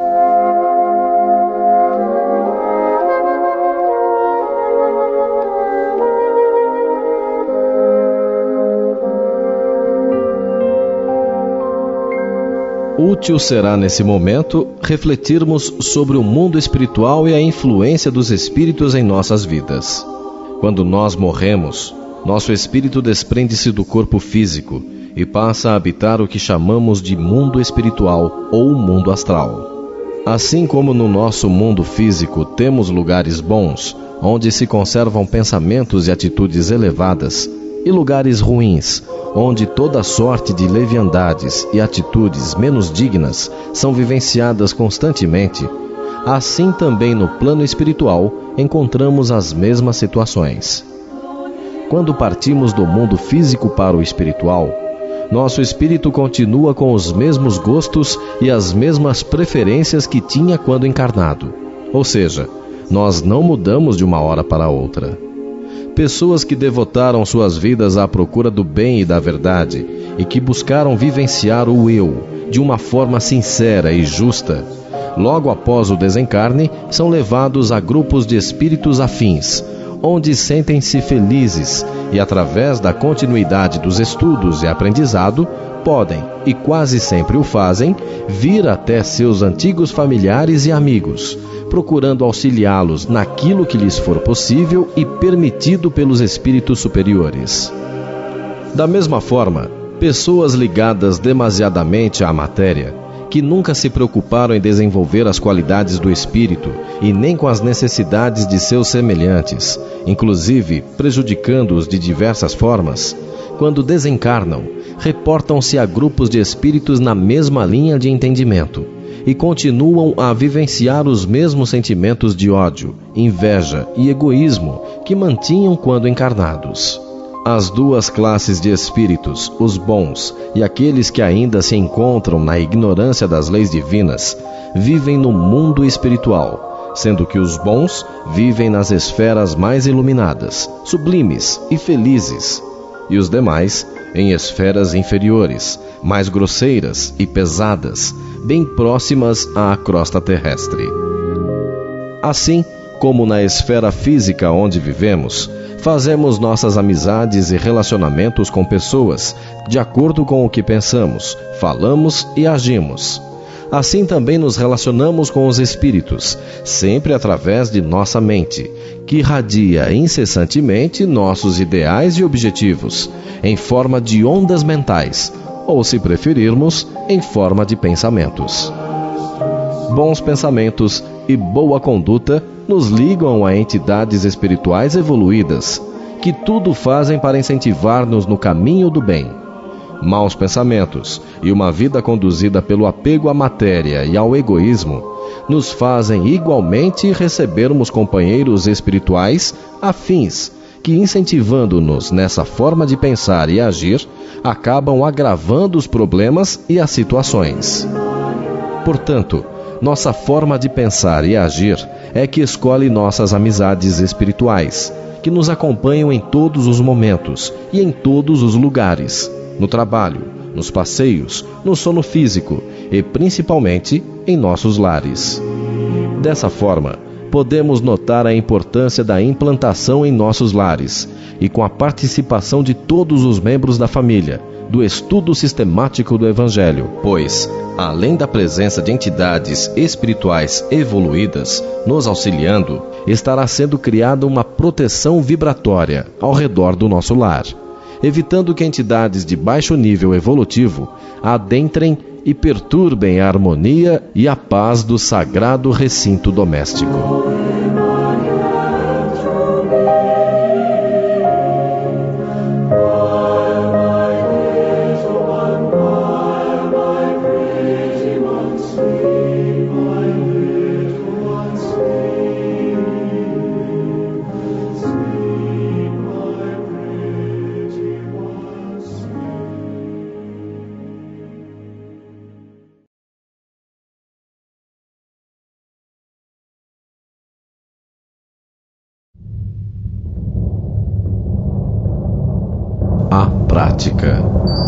Útil será nesse momento refletirmos sobre o mundo espiritual e a influência dos espíritos em nossas vidas. Quando nós morremos, nosso espírito desprende-se do corpo físico e passa a habitar o que chamamos de mundo espiritual ou mundo astral. Assim como no nosso mundo físico temos lugares bons, onde se conservam pensamentos e atitudes elevadas, e lugares ruins, onde toda sorte de leviandades e atitudes menos dignas são vivenciadas constantemente, assim também no plano espiritual encontramos as mesmas situações. Quando partimos do mundo físico para o espiritual, nosso espírito continua com os mesmos gostos e as mesmas preferências que tinha quando encarnado. Ou seja, nós não mudamos de uma hora para outra. Pessoas que devotaram suas vidas à procura do bem e da verdade e que buscaram vivenciar o eu de uma forma sincera e justa, logo após o desencarne, são levados a grupos de espíritos afins, onde sentem-se felizes e, através da continuidade dos estudos e aprendizado, podem, e quase sempre o fazem, vir até seus antigos familiares e amigos, procurando auxiliá-los naquilo que lhes for possível e permitido pelos espíritos superiores. Da mesma forma, pessoas ligadas demasiadamente à matéria, que nunca se preocuparam em desenvolver as qualidades do espírito e nem com as necessidades de seus semelhantes, inclusive prejudicando-os de diversas formas, quando desencarnam, reportam-se a grupos de espíritos na mesma linha de entendimento e continuam a vivenciar os mesmos sentimentos de ódio, inveja e egoísmo que mantinham quando encarnados. As duas classes de espíritos, os bons e aqueles que ainda se encontram na ignorância das leis divinas, vivem no mundo espiritual, sendo que os bons vivem nas esferas mais iluminadas, sublimes e felizes, e os demais em esferas inferiores, mais grosseiras e pesadas, bem próximas à crosta terrestre. Assim como na esfera física onde vivemos, fazemos nossas amizades e relacionamentos com pessoas de acordo com o que pensamos, falamos e agimos. Assim também nos relacionamos com os espíritos, sempre através de nossa mente, que irradia incessantemente nossos ideais e objetivos, em forma de ondas mentais, ou, se preferirmos, em forma de pensamentos. Bons pensamentos e boa conduta nos ligam a entidades espirituais evoluídas, que tudo fazem para incentivar-nos no caminho do bem. Maus pensamentos e uma vida conduzida pelo apego à matéria e ao egoísmo nos fazem igualmente recebermos companheiros espirituais afins, que, incentivando-nos nessa forma de pensar e agir, acabam agravando os problemas e as situações. Portanto, Nossa forma de pensar e agir é que escolhe nossas amizades espirituais, que nos acompanham em todos os momentos e em todos os lugares, no trabalho, nos passeios, no sono físico e principalmente em nossos lares. Dessa forma, podemos notar a importância da implantação em nossos lares e com a participação de todos os membros da família, do estudo sistemático do Evangelho, pois, além da presença de entidades espirituais evoluídas nos auxiliando, estará sendo criada uma proteção vibratória ao redor do nosso lar, evitando que entidades de baixo nível evolutivo adentrem e perturbem a harmonia e a paz do sagrado recinto doméstico. A prática.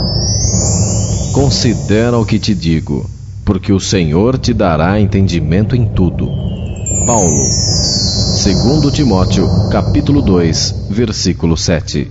Considera o que te digo, porque o Senhor te dará entendimento em tudo. Paulo, segundo Timóteo, capítulo dois, versículo sete.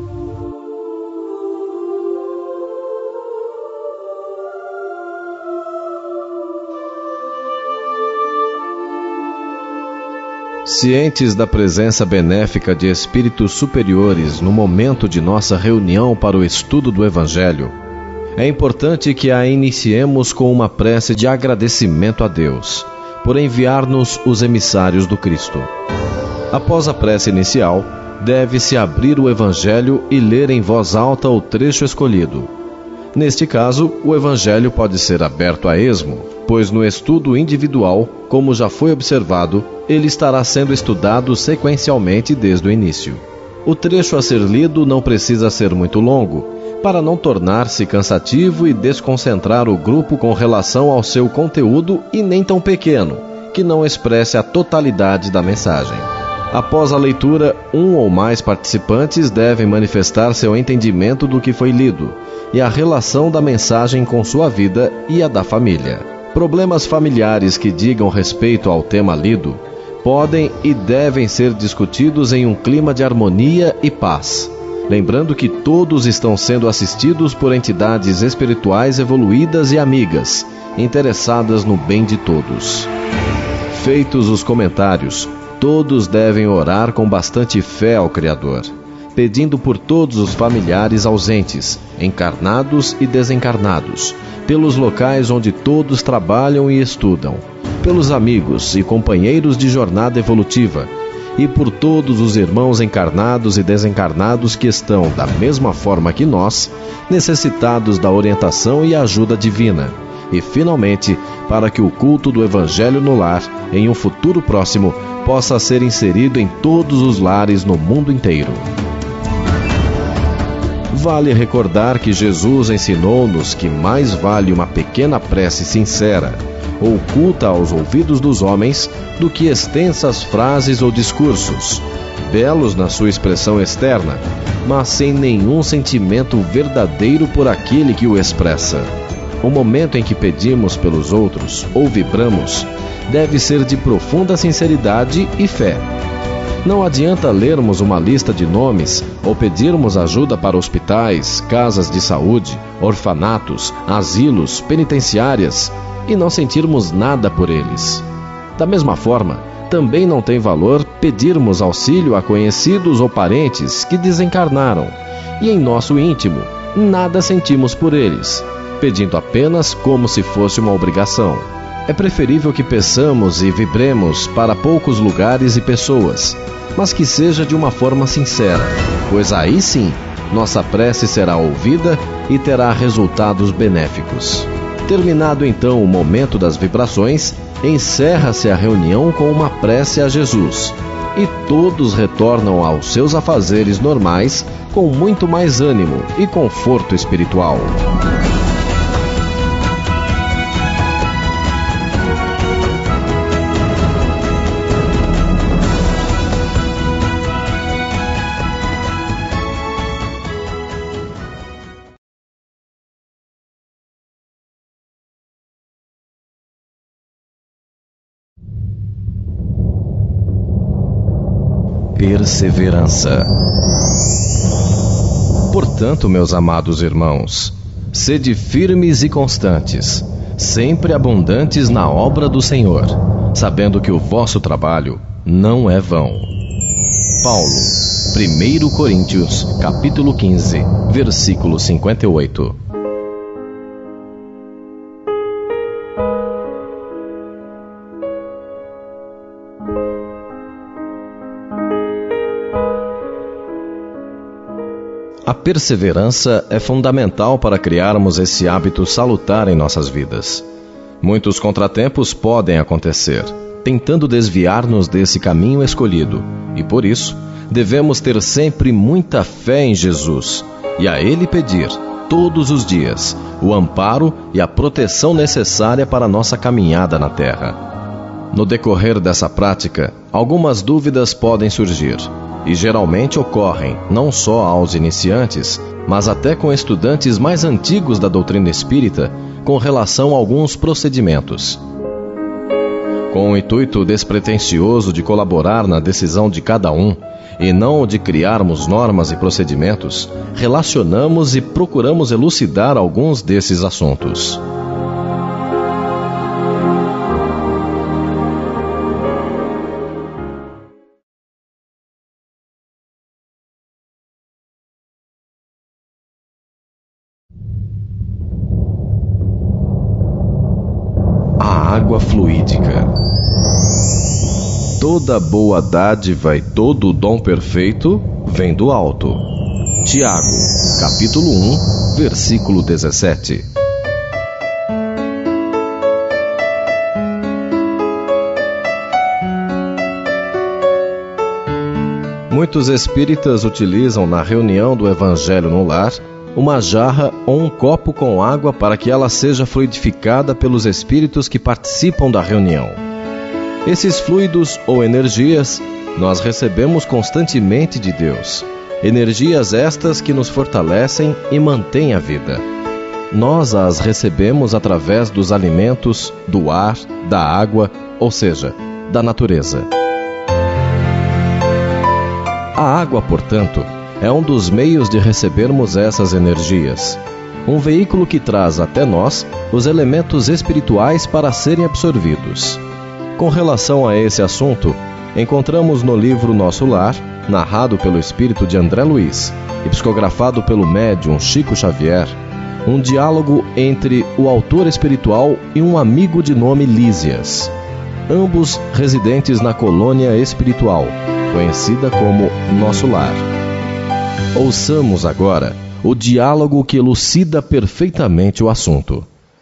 Cientes da presença benéfica de espíritos superiores no momento de nossa reunião para o estudo do Evangelho, é importante que a iniciemos com uma prece de agradecimento a Deus por enviar-nos os emissários do Cristo. Após a prece inicial, deve-se abrir o Evangelho e ler em voz alta o trecho escolhido. Neste caso, o Evangelho pode ser aberto a esmo, pois no estudo individual, como já foi observado, ele estará sendo estudado sequencialmente desde o início. O trecho a ser lido não precisa ser muito longo, para não tornar-se cansativo e desconcentrar o grupo com relação ao seu conteúdo e nem tão pequeno, que não expresse a totalidade da mensagem. Após a leitura, um ou mais participantes devem manifestar seu entendimento do que foi lido e a relação da mensagem com sua vida e a da família. Problemas familiares que digam respeito ao tema lido podem e devem ser discutidos em um clima de harmonia e paz, lembrando que todos estão sendo assistidos por entidades espirituais evoluídas e amigas, interessadas no bem de todos. Feitos os comentários, todos devem orar com bastante fé ao Criador, pedindo por todos os familiares ausentes, encarnados e desencarnados, pelos locais onde todos trabalham e estudam, pelos amigos e companheiros de jornada evolutiva, e por todos os irmãos encarnados e desencarnados que estão, da mesma forma que nós, necessitados da orientação e ajuda divina, e, finalmente, para que o culto do Evangelho no lar, em um futuro próximo, possa ser inserido em todos os lares no mundo inteiro. Vale recordar que Jesus ensinou-nos que mais vale uma pequena prece sincera, oculta aos ouvidos dos homens, do que extensas frases ou discursos, belos na sua expressão externa, mas sem nenhum sentimento verdadeiro por aquele que o expressa. O momento em que pedimos pelos outros ou vibramos deve ser de profunda sinceridade e fé. Não adianta lermos uma lista de nomes ou pedirmos ajuda para hospitais, casas de saúde, orfanatos, asilos, penitenciárias e não sentirmos nada por eles. Da mesma forma, também não tem valor pedirmos auxílio a conhecidos ou parentes que desencarnaram e em nosso íntimo nada sentimos por eles, pedindo apenas como se fosse uma obrigação. É preferível que peçamos e vibremos para poucos lugares e pessoas, mas que seja de uma forma sincera, pois aí sim, nossa prece será ouvida e terá resultados benéficos. Terminado então o momento das vibrações, encerra-se a reunião com uma prece a Jesus, e todos retornam aos seus afazeres normais com muito mais ânimo e conforto espiritual. perseverança. Portanto, meus amados irmãos, sede firmes e constantes, sempre abundantes na obra do Senhor, sabendo que o vosso trabalho não é vão. Paulo, primeiro Coríntios, capítulo quinze, versículo cinquenta e oito. A perseverança é fundamental para criarmos esse hábito salutar em nossas vidas. Muitos contratempos podem acontecer, tentando desviar-nos desse caminho escolhido, e por isso devemos ter sempre muita fé em Jesus e a Ele pedir, todos os dias, o amparo e a proteção necessária para a nossa caminhada na terra. No decorrer dessa prática, algumas dúvidas podem surgir, e geralmente ocorrem não só aos iniciantes, mas até com estudantes mais antigos da doutrina espírita com relação a alguns procedimentos. Com o intuito despretensioso de colaborar na decisão de cada um, e não de criarmos normas e procedimentos, relacionamos e procuramos elucidar alguns desses assuntos. Água fluídica. Toda boa dádiva e todo dom perfeito vem do alto. Tiago, capítulo um, versículo dezessete. Muitos espíritas utilizam na reunião do Evangelho no lar uma jarra ou um copo com água para que ela seja fluidificada pelos espíritos que participam da reunião. Esses fluidos ou energias nós recebemos constantemente de Deus, energias estas que nos fortalecem e mantêm a vida. Nós as recebemos através dos alimentos, do ar, da água, ou seja, da natureza. A água, portanto, é um dos meios de recebermos essas energias. Um veículo que traz até nós os elementos espirituais para serem absorvidos. Com relação a esse assunto, encontramos no livro Nosso Lar, narrado pelo espírito de André Luiz e psicografado pelo médium Chico Xavier, um diálogo entre o autor espiritual e um amigo de nome Lísias, ambos residentes na colônia espiritual, conhecida como Nosso Lar. Ouçamos agora o diálogo que elucida perfeitamente o assunto.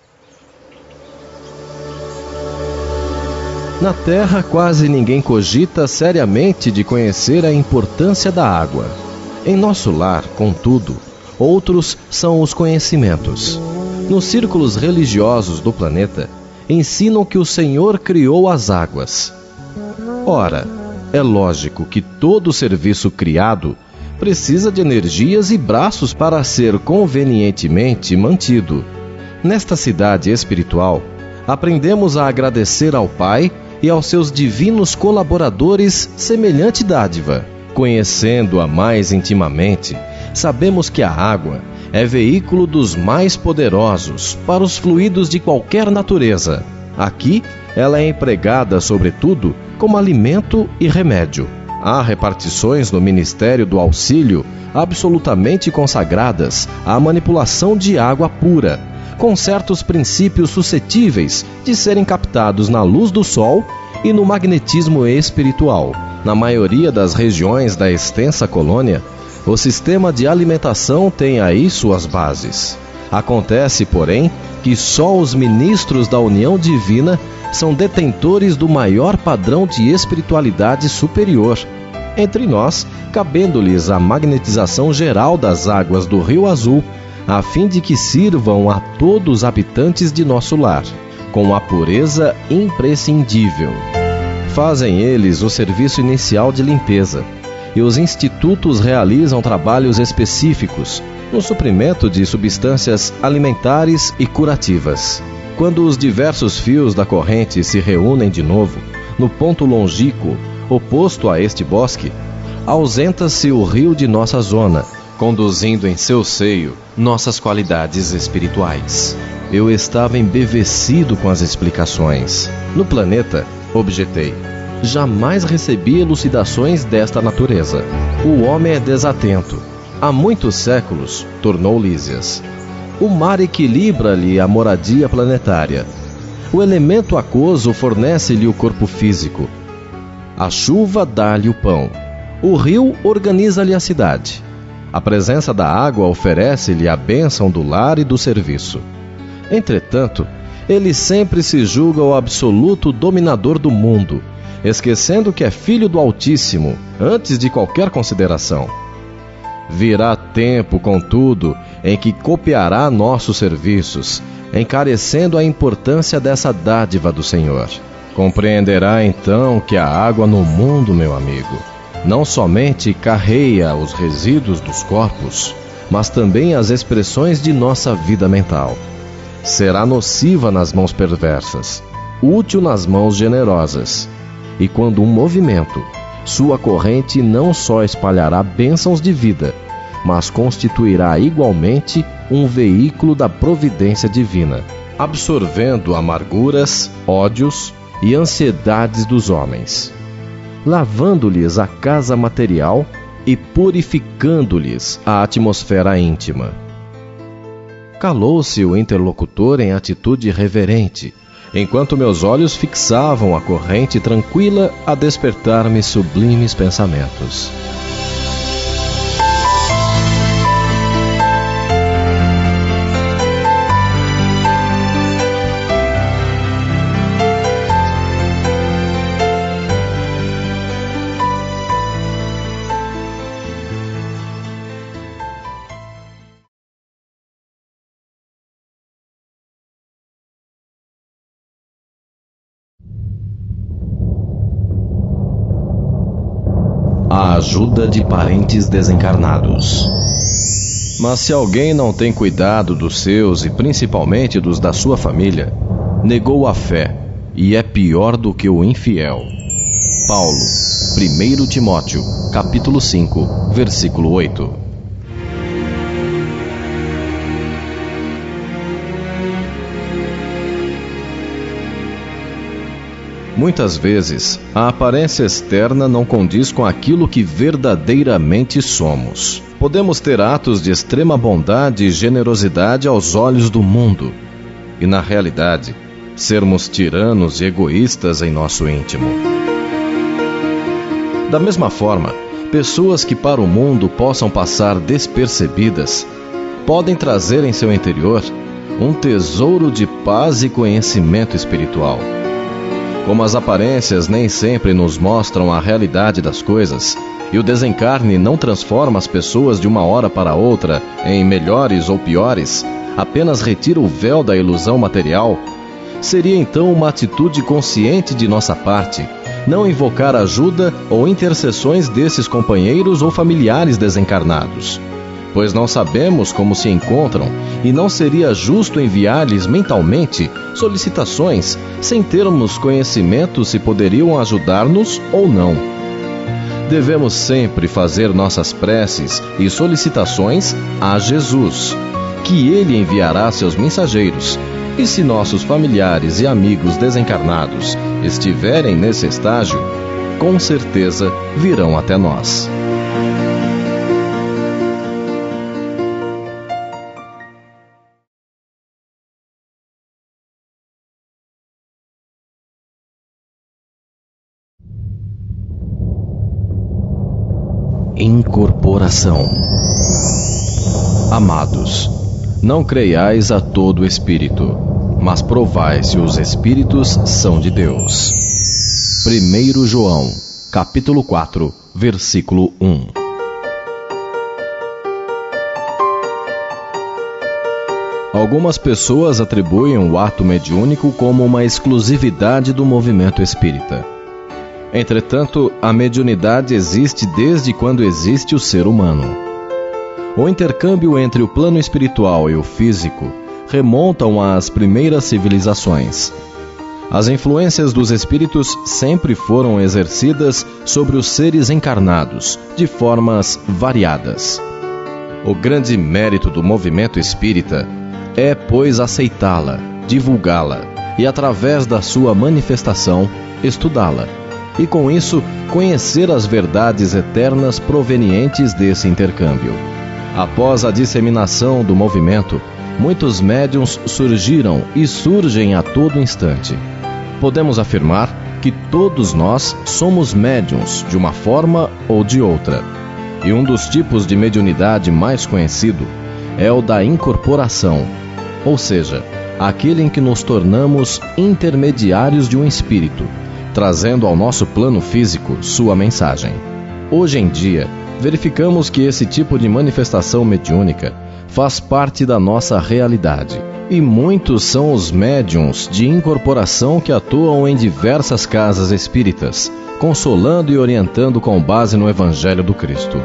Na Terra, quase ninguém cogita seriamente de conhecer a importância da água. Em nosso lar, contudo, outros são os conhecimentos. Nos círculos religiosos do planeta, ensinam que o Senhor criou as águas. Ora, é lógico que todo serviço criado precisa de energias e braços para ser convenientemente mantido. Nesta cidade espiritual, aprendemos a agradecer ao Pai e aos seus divinos colaboradores semelhante dádiva. Conhecendo-a mais intimamente, sabemos que a água é veículo dos mais poderosos para os fluidos de qualquer natureza. Aqui, ela é empregada, sobretudo, como alimento e remédio. Há repartições no Ministério do Auxílio absolutamente consagradas à manipulação de água pura, com certos princípios suscetíveis de serem captados na luz do sol e no magnetismo espiritual. Na maioria das regiões da extensa colônia, o sistema de alimentação tem aí suas bases. Acontece, porém, que só os ministros da união divina são detentores do maior padrão de espiritualidade superior. Entre nós, cabendo-lhes a magnetização geral das águas do Rio Azul, a fim de que sirvam a todos os habitantes de nosso lar, com a pureza imprescindível. Fazem eles o serviço inicial de limpeza, e os institutos realizam trabalhos específicos no suprimento de substâncias alimentares e curativas. Quando os diversos fios da corrente se reúnem de novo, no ponto longínquo oposto a este bosque, ausenta-se o rio de nossa zona, conduzindo em seu seio nossas qualidades espirituais. Eu estava embevecido com as explicações. No planeta, objetei, jamais recebi elucidações desta natureza. O homem é desatento. Há muitos séculos, tornou Lísias. O mar equilibra-lhe a moradia planetária. O elemento aquoso fornece-lhe o corpo físico. A chuva dá-lhe o pão. O rio organiza-lhe a cidade. A presença da água oferece-lhe a bênção do lar e do serviço. Entretanto, ele sempre se julga o absoluto dominador do mundo, esquecendo que é filho do Altíssimo, antes de qualquer consideração. Virá tempo, contudo, em que copiará nossos serviços, encarecendo a importância dessa dádiva do Senhor. Compreenderá então que a água no mundo, meu amigo, não somente carreia os resíduos dos corpos, mas também as expressões de nossa vida mental. Será nociva nas mãos perversas, útil nas mãos generosas. E quando um movimento, sua corrente não só espalhará bênçãos de vida, mas constituirá igualmente um veículo da providência divina, absorvendo amarguras, ódios e ansiedades dos homens, lavando-lhes a casa material e purificando-lhes a atmosfera íntima. Calou-se o interlocutor em atitude reverente, enquanto meus olhos fixavam a corrente tranquila a despertar-me sublimes pensamentos. A ajuda de parentes desencarnados. Mas se alguém não tem cuidado dos seus e principalmente dos da sua família, negou a fé e é pior do que o infiel. Paulo, primeiro Timóteo, capítulo cinco, versículo oito. Muitas vezes, a aparência externa não condiz com aquilo que verdadeiramente somos. Podemos ter atos de extrema bondade e generosidade aos olhos do mundo, e na realidade, sermos tiranos e egoístas em nosso íntimo. Da mesma forma, pessoas que para o mundo possam passar despercebidas, podem trazer em seu interior um tesouro de paz e conhecimento espiritual. Como as aparências nem sempre nos mostram a realidade das coisas, e o desencarne não transforma as pessoas de uma hora para outra em melhores ou piores, apenas retira o véu da ilusão material, seria então uma atitude consciente de nossa parte, não invocar ajuda ou intercessões desses companheiros ou familiares desencarnados, pois não sabemos como se encontram e não seria justo enviar-lhes mentalmente solicitações sem termos conhecimento se poderiam ajudar-nos ou não. Devemos sempre fazer nossas preces e solicitações a Jesus, que Ele enviará seus mensageiros, e se nossos familiares e amigos desencarnados estiverem nesse estágio, com certeza virão até nós. Incorporação. Amados, não creiais a todo espírito, mas provai se os espíritos são de Deus. primeiro João, capítulo quatro, versículo um. Algumas pessoas atribuem o ato mediúnico como uma exclusividade do movimento espírita. Entretanto, a mediunidade existe desde quando existe o ser humano. O intercâmbio entre o plano espiritual e o físico remontam às primeiras civilizações. As influências dos espíritos sempre foram exercidas sobre os seres encarnados, de formas variadas. O grande mérito do movimento espírita é, pois, aceitá-la, divulgá-la e, através da sua manifestação, estudá-la. E, com isso, conhecer as verdades eternas provenientes desse intercâmbio. Após a disseminação do movimento, muitos médiuns surgiram e surgem a todo instante. Podemos afirmar que todos nós somos médiuns de uma forma ou de outra. E um dos tipos de mediunidade mais conhecido é o da incorporação, ou seja, aquele em que nos tornamos intermediários de um espírito, trazendo ao nosso plano físico sua mensagem. Hoje em dia, verificamos que esse tipo de manifestação mediúnica faz parte da nossa realidade. E muitos são os médiuns de incorporação que atuam em diversas casas espíritas, consolando e orientando com base no Evangelho do Cristo.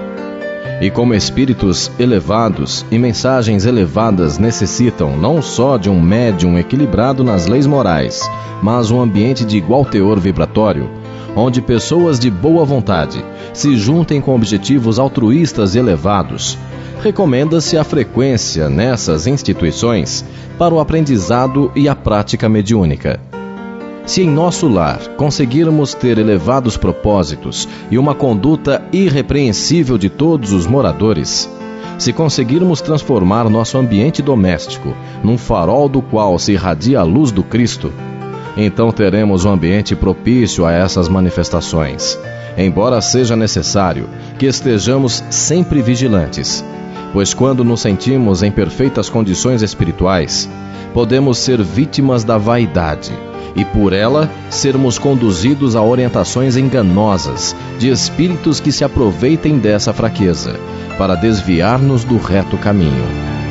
E como espíritos elevados e mensagens elevadas necessitam não só de um médium equilibrado nas leis morais, mas um ambiente de igual teor vibratório, onde pessoas de boa vontade se juntem com objetivos altruístas elevados, recomenda-se a frequência nessas instituições para o aprendizado e a prática mediúnica. Se em nosso lar conseguirmos ter elevados propósitos e uma conduta irrepreensível de todos os moradores, se conseguirmos transformar nosso ambiente doméstico num farol do qual se irradia a luz do Cristo, então teremos um ambiente propício a essas manifestações, embora seja necessário que estejamos sempre vigilantes, pois quando nos sentimos em perfeitas condições espirituais, podemos ser vítimas da vaidade e por ela sermos conduzidos a orientações enganosas de espíritos que se aproveitem dessa fraqueza para desviar-nos do reto caminho.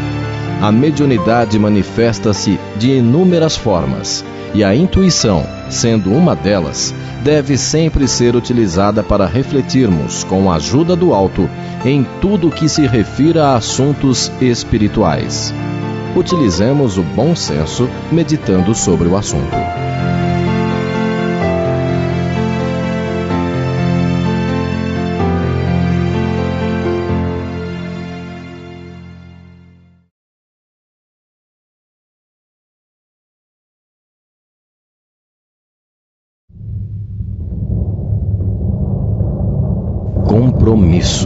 A mediunidade manifesta-se de inúmeras formas e a intuição, sendo uma delas, deve sempre ser utilizada para refletirmos, com a ajuda do alto, em tudo o que se refira a assuntos espirituais. Utilizemos o bom senso meditando sobre o assunto. Compromisso.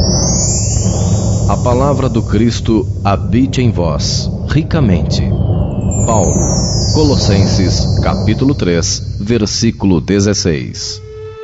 A palavra do Cristo habite em vós, ricamente. Paulo, Colossenses, capítulo três, versículo dezesseis.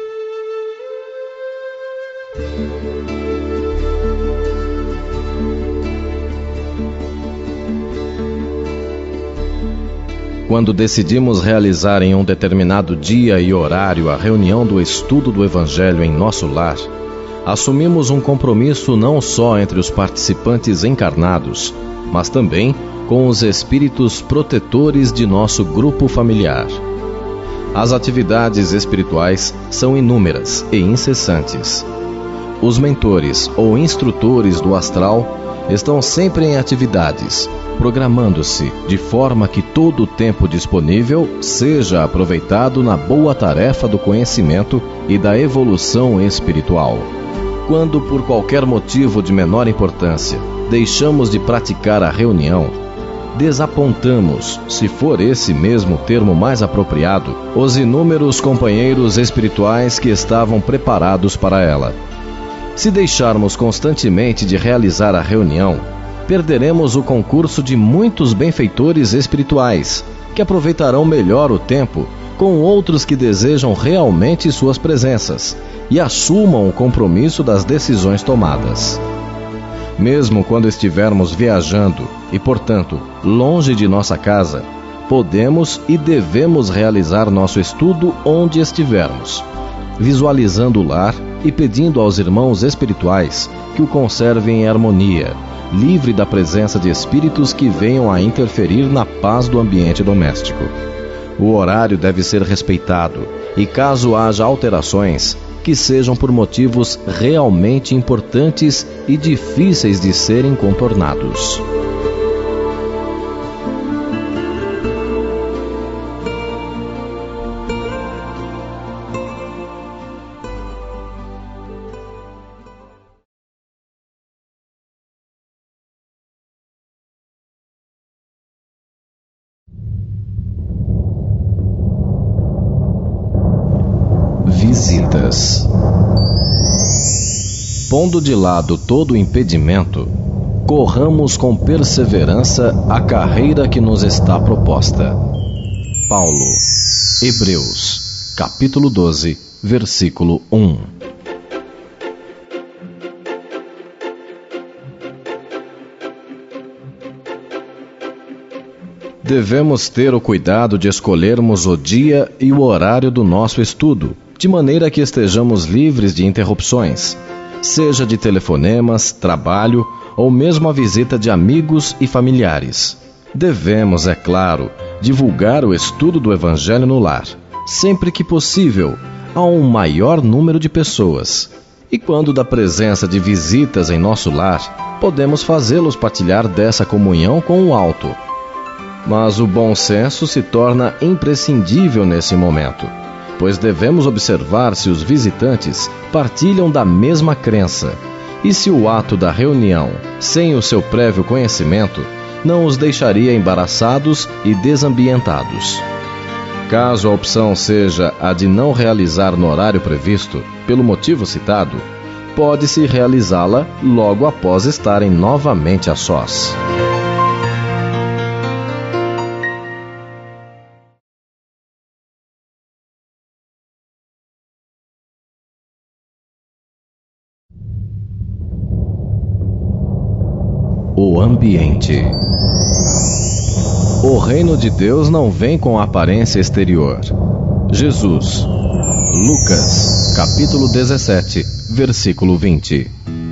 Quando decidimos realizar em um determinado dia e horário a reunião do estudo do Evangelho em nosso lar, assumimos um compromisso não só entre os participantes encarnados, mas também com os espíritos protetores de nosso grupo familiar. As atividades espirituais são inúmeras e incessantes. Os mentores ou instrutores do astral estão sempre em atividades, programando-se de forma que todo o tempo disponível seja aproveitado na boa tarefa do conhecimento e da evolução espiritual. Quando, por qualquer motivo de menor importância, deixamos de praticar a reunião, desapontamos, se for esse mesmo termo mais apropriado, os inúmeros companheiros espirituais que estavam preparados para ela. Se deixarmos constantemente de realizar a reunião, perderemos o concurso de muitos benfeitores espirituais, que aproveitarão melhor o tempo com outros que desejam realmente suas presenças e assumam o compromisso das decisões tomadas. Mesmo quando estivermos viajando e, portanto, longe de nossa casa, podemos e devemos realizar nosso estudo onde estivermos, visualizando o lar e pedindo aos irmãos espirituais que o conservem em harmonia, livre da presença de espíritos que venham a interferir na paz do ambiente doméstico. O horário deve ser respeitado e, caso haja alterações, que sejam por motivos realmente importantes e difíceis de serem contornados. Visitas. Pondo de lado todo impedimento, corramos com perseverança a carreira que nos está proposta. Paulo, Hebreus, capítulo doze, versículo um. Devemos ter o cuidado de escolhermos o dia e o horário do nosso estudo, de maneira que estejamos livres de interrupções, seja de telefonemas, trabalho ou mesmo a visita de amigos e familiares. Devemos, é claro, divulgar o estudo do Evangelho no lar, sempre que possível, a um maior número de pessoas. E quando da presença de visitas em nosso lar, podemos fazê-los partilhar dessa comunhão com o alto. Mas o bom senso se torna imprescindível nesse momento, pois devemos observar se os visitantes partilham da mesma crença e se o ato da reunião, sem o seu prévio conhecimento, não os deixaria embaraçados e desambientados. Caso a opção seja a de não realizar no horário previsto, pelo motivo citado, pode-se realizá-la logo após estarem novamente a sós. O ambiente. O reino de Deus não vem com aparência exterior. Jesus. Lucas, capítulo dezessete, versículo vinte.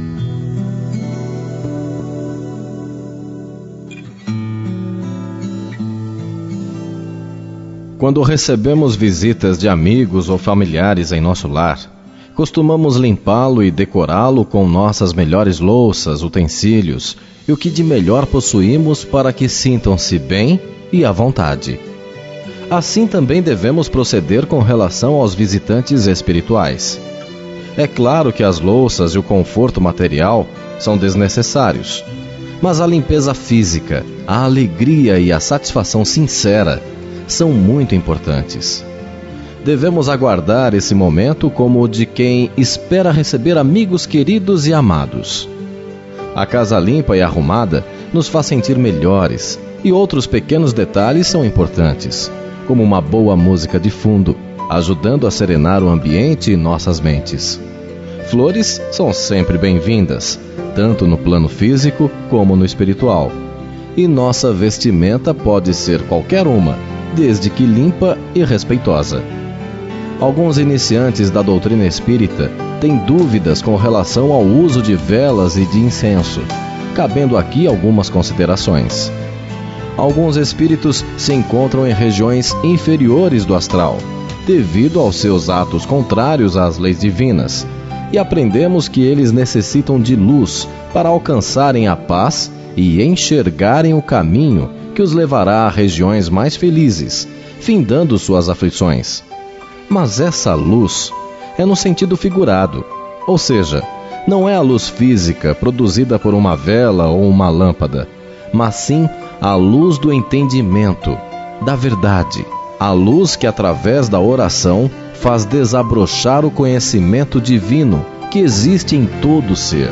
Quando recebemos visitas de amigos ou familiares em nosso lar, costumamos limpá-lo e decorá-lo com nossas melhores louças, utensílios e o que de melhor possuímos para que sintam-se bem e à vontade. Assim também devemos proceder com relação aos visitantes espirituais. É claro que as louças e o conforto material são desnecessários, mas a limpeza física, a alegria e a satisfação sincera são muito importantes. Devemos aguardar esse momento como o de quem espera receber amigos queridos e amados. A casa limpa e arrumada nos faz sentir melhores, e outros pequenos detalhes são importantes, como uma boa música de fundo, ajudando a serenar o ambiente e nossas mentes. Flores são sempre bem-vindas, tanto no plano físico como no espiritual. E nossa vestimenta pode ser qualquer uma, desde que limpa e respeitosa. Alguns iniciantes da doutrina espírita têm dúvidas com relação ao uso de velas e de incenso, cabendo aqui algumas considerações. Alguns espíritos se encontram em regiões inferiores do astral, devido aos seus atos contrários às leis divinas, e aprendemos que eles necessitam de luz para alcançarem a paz e enxergarem o caminho que os levará a regiões mais felizes, findando suas aflições. Mas essa luz é no sentido figurado, ou seja, não é a luz física produzida por uma vela ou uma lâmpada, mas sim a luz do entendimento, da verdade, a luz que através da oração faz desabrochar o conhecimento divino que existe em todo ser.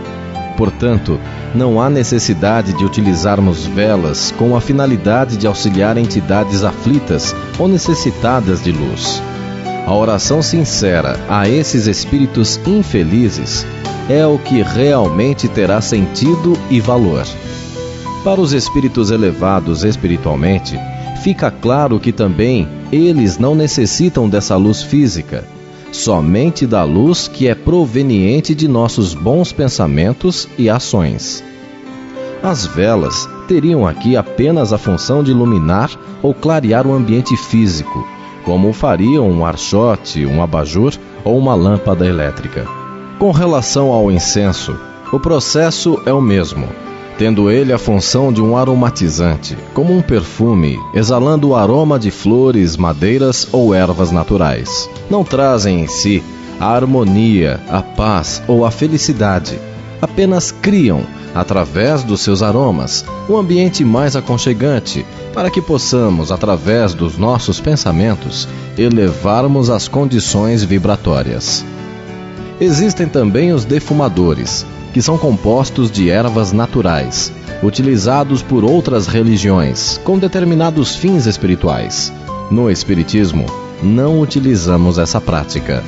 Portanto, não há necessidade de utilizarmos velas com a finalidade de auxiliar entidades aflitas ou necessitadas de luz. A oração sincera a esses espíritos infelizes é o que realmente terá sentido e valor. Para os espíritos elevados espiritualmente, fica claro que também eles não necessitam dessa luz física, somente da luz que é proveniente de nossos bons pensamentos e ações. As velas teriam aqui apenas a função de iluminar ou clarear o ambiente físico, como fariam um archote, um abajur ou uma lâmpada elétrica. Com relação ao incenso, o processo é o mesmo, tendo ele a função de um aromatizante, como um perfume, exalando o aroma de flores, madeiras ou ervas naturais. Não trazem em si a harmonia, a paz ou a felicidade, Apenas criam, através dos seus aromas, um ambiente mais aconchegante, para que possamos, através dos nossos pensamentos, elevarmos as condições vibratórias. Existem também os defumadores, que são compostos de ervas naturais, utilizados por outras religiões, com determinados fins espirituais. No Espiritismo, não utilizamos essa prática.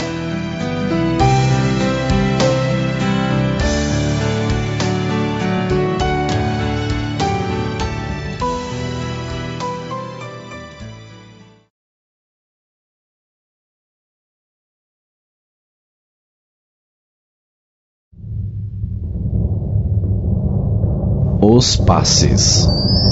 Os passes.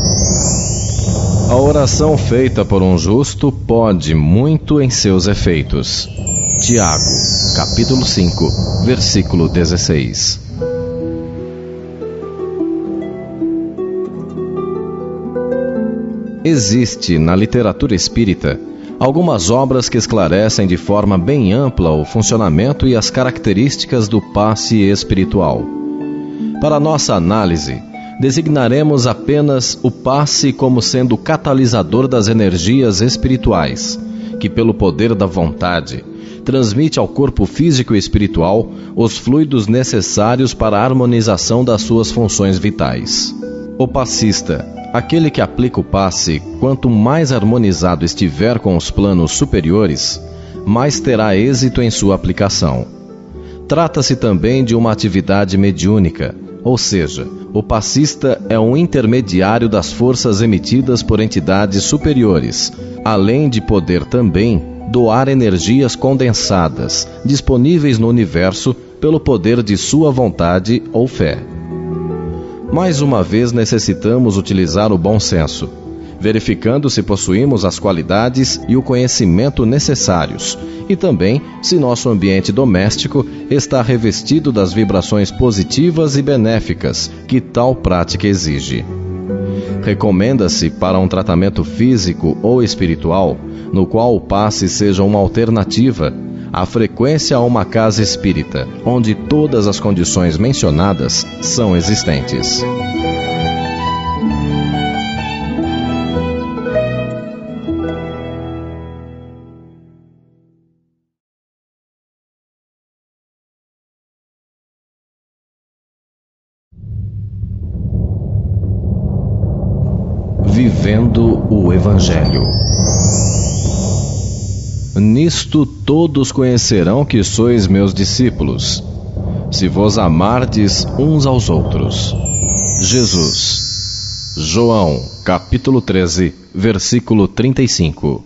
A oração feita por um justo pode muito em seus efeitos. Tiago, capítulo cinco, versículo dezesseis. Existe na literatura espírita algumas obras que esclarecem de forma bem ampla o funcionamento e as características do passe espiritual. Para nossa análise, designaremos apenas o passe como sendo o catalisador das energias espirituais, que pelo poder da vontade, transmite ao corpo físico e espiritual os fluidos necessários para a harmonização das suas funções vitais. O passista, aquele que aplica o passe, quanto mais harmonizado estiver com os planos superiores, mais terá êxito em sua aplicação. Trata-se também de uma atividade mediúnica, ou seja, o passista é um intermediário das forças emitidas por entidades superiores, além de poder também doar energias condensadas, disponíveis no universo pelo poder de sua vontade ou fé. Mais uma vez necessitamos utilizar o bom senso, verificando se possuímos as qualidades e o conhecimento necessários, e também se nosso ambiente doméstico está revestido das vibrações positivas e benéficas que tal prática exige. Recomenda-se para um tratamento físico ou espiritual, no qual o passe seja uma alternativa, a frequência a uma casa espírita, onde todas as condições mencionadas são existentes. Vivendo o Evangelho. Nisto todos conhecerão que sois meus discípulos, se vos amardes uns aos outros. Jesus. João, capítulo treze, versículo trinta e cinco.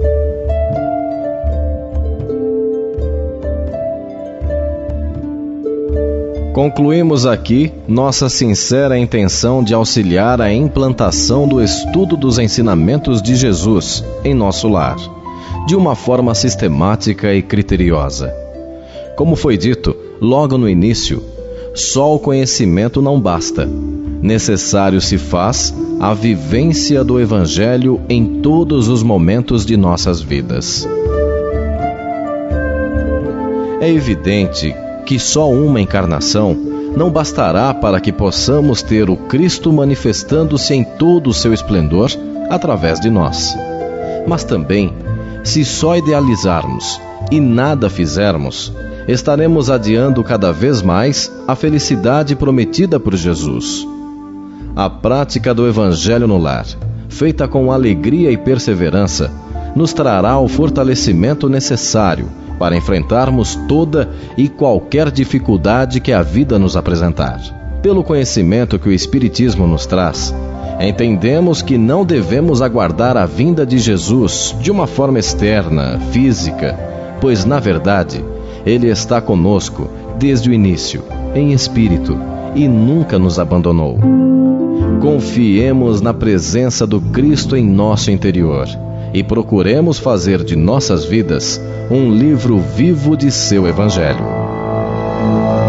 Concluímos aqui nossa sincera intenção de auxiliar a implantação do estudo dos ensinamentos de Jesus em nosso lar, de uma forma sistemática e criteriosa. Como foi dito logo no início, só o conhecimento não basta. Necessário se faz a vivência do Evangelho em todos os momentos de nossas vidas. É evidente que só uma encarnação não bastará para que possamos ter o Cristo manifestando-se em todo o seu esplendor através de nós. Mas também, se só idealizarmos e nada fizermos, estaremos adiando cada vez mais a felicidade prometida por Jesus. A prática do Evangelho no lar, feita com alegria e perseverança, nos trará o fortalecimento necessário para enfrentarmos toda e qualquer dificuldade que a vida nos apresentar. Pelo conhecimento que o Espiritismo nos traz, entendemos que não devemos aguardar a vinda de Jesus de uma forma externa, física, pois, na verdade, Ele está conosco desde o início, em espírito, e nunca nos abandonou. Confiemos na presença do Cristo em nosso interior e procuremos fazer de nossas vidas um livro vivo de seu Evangelho.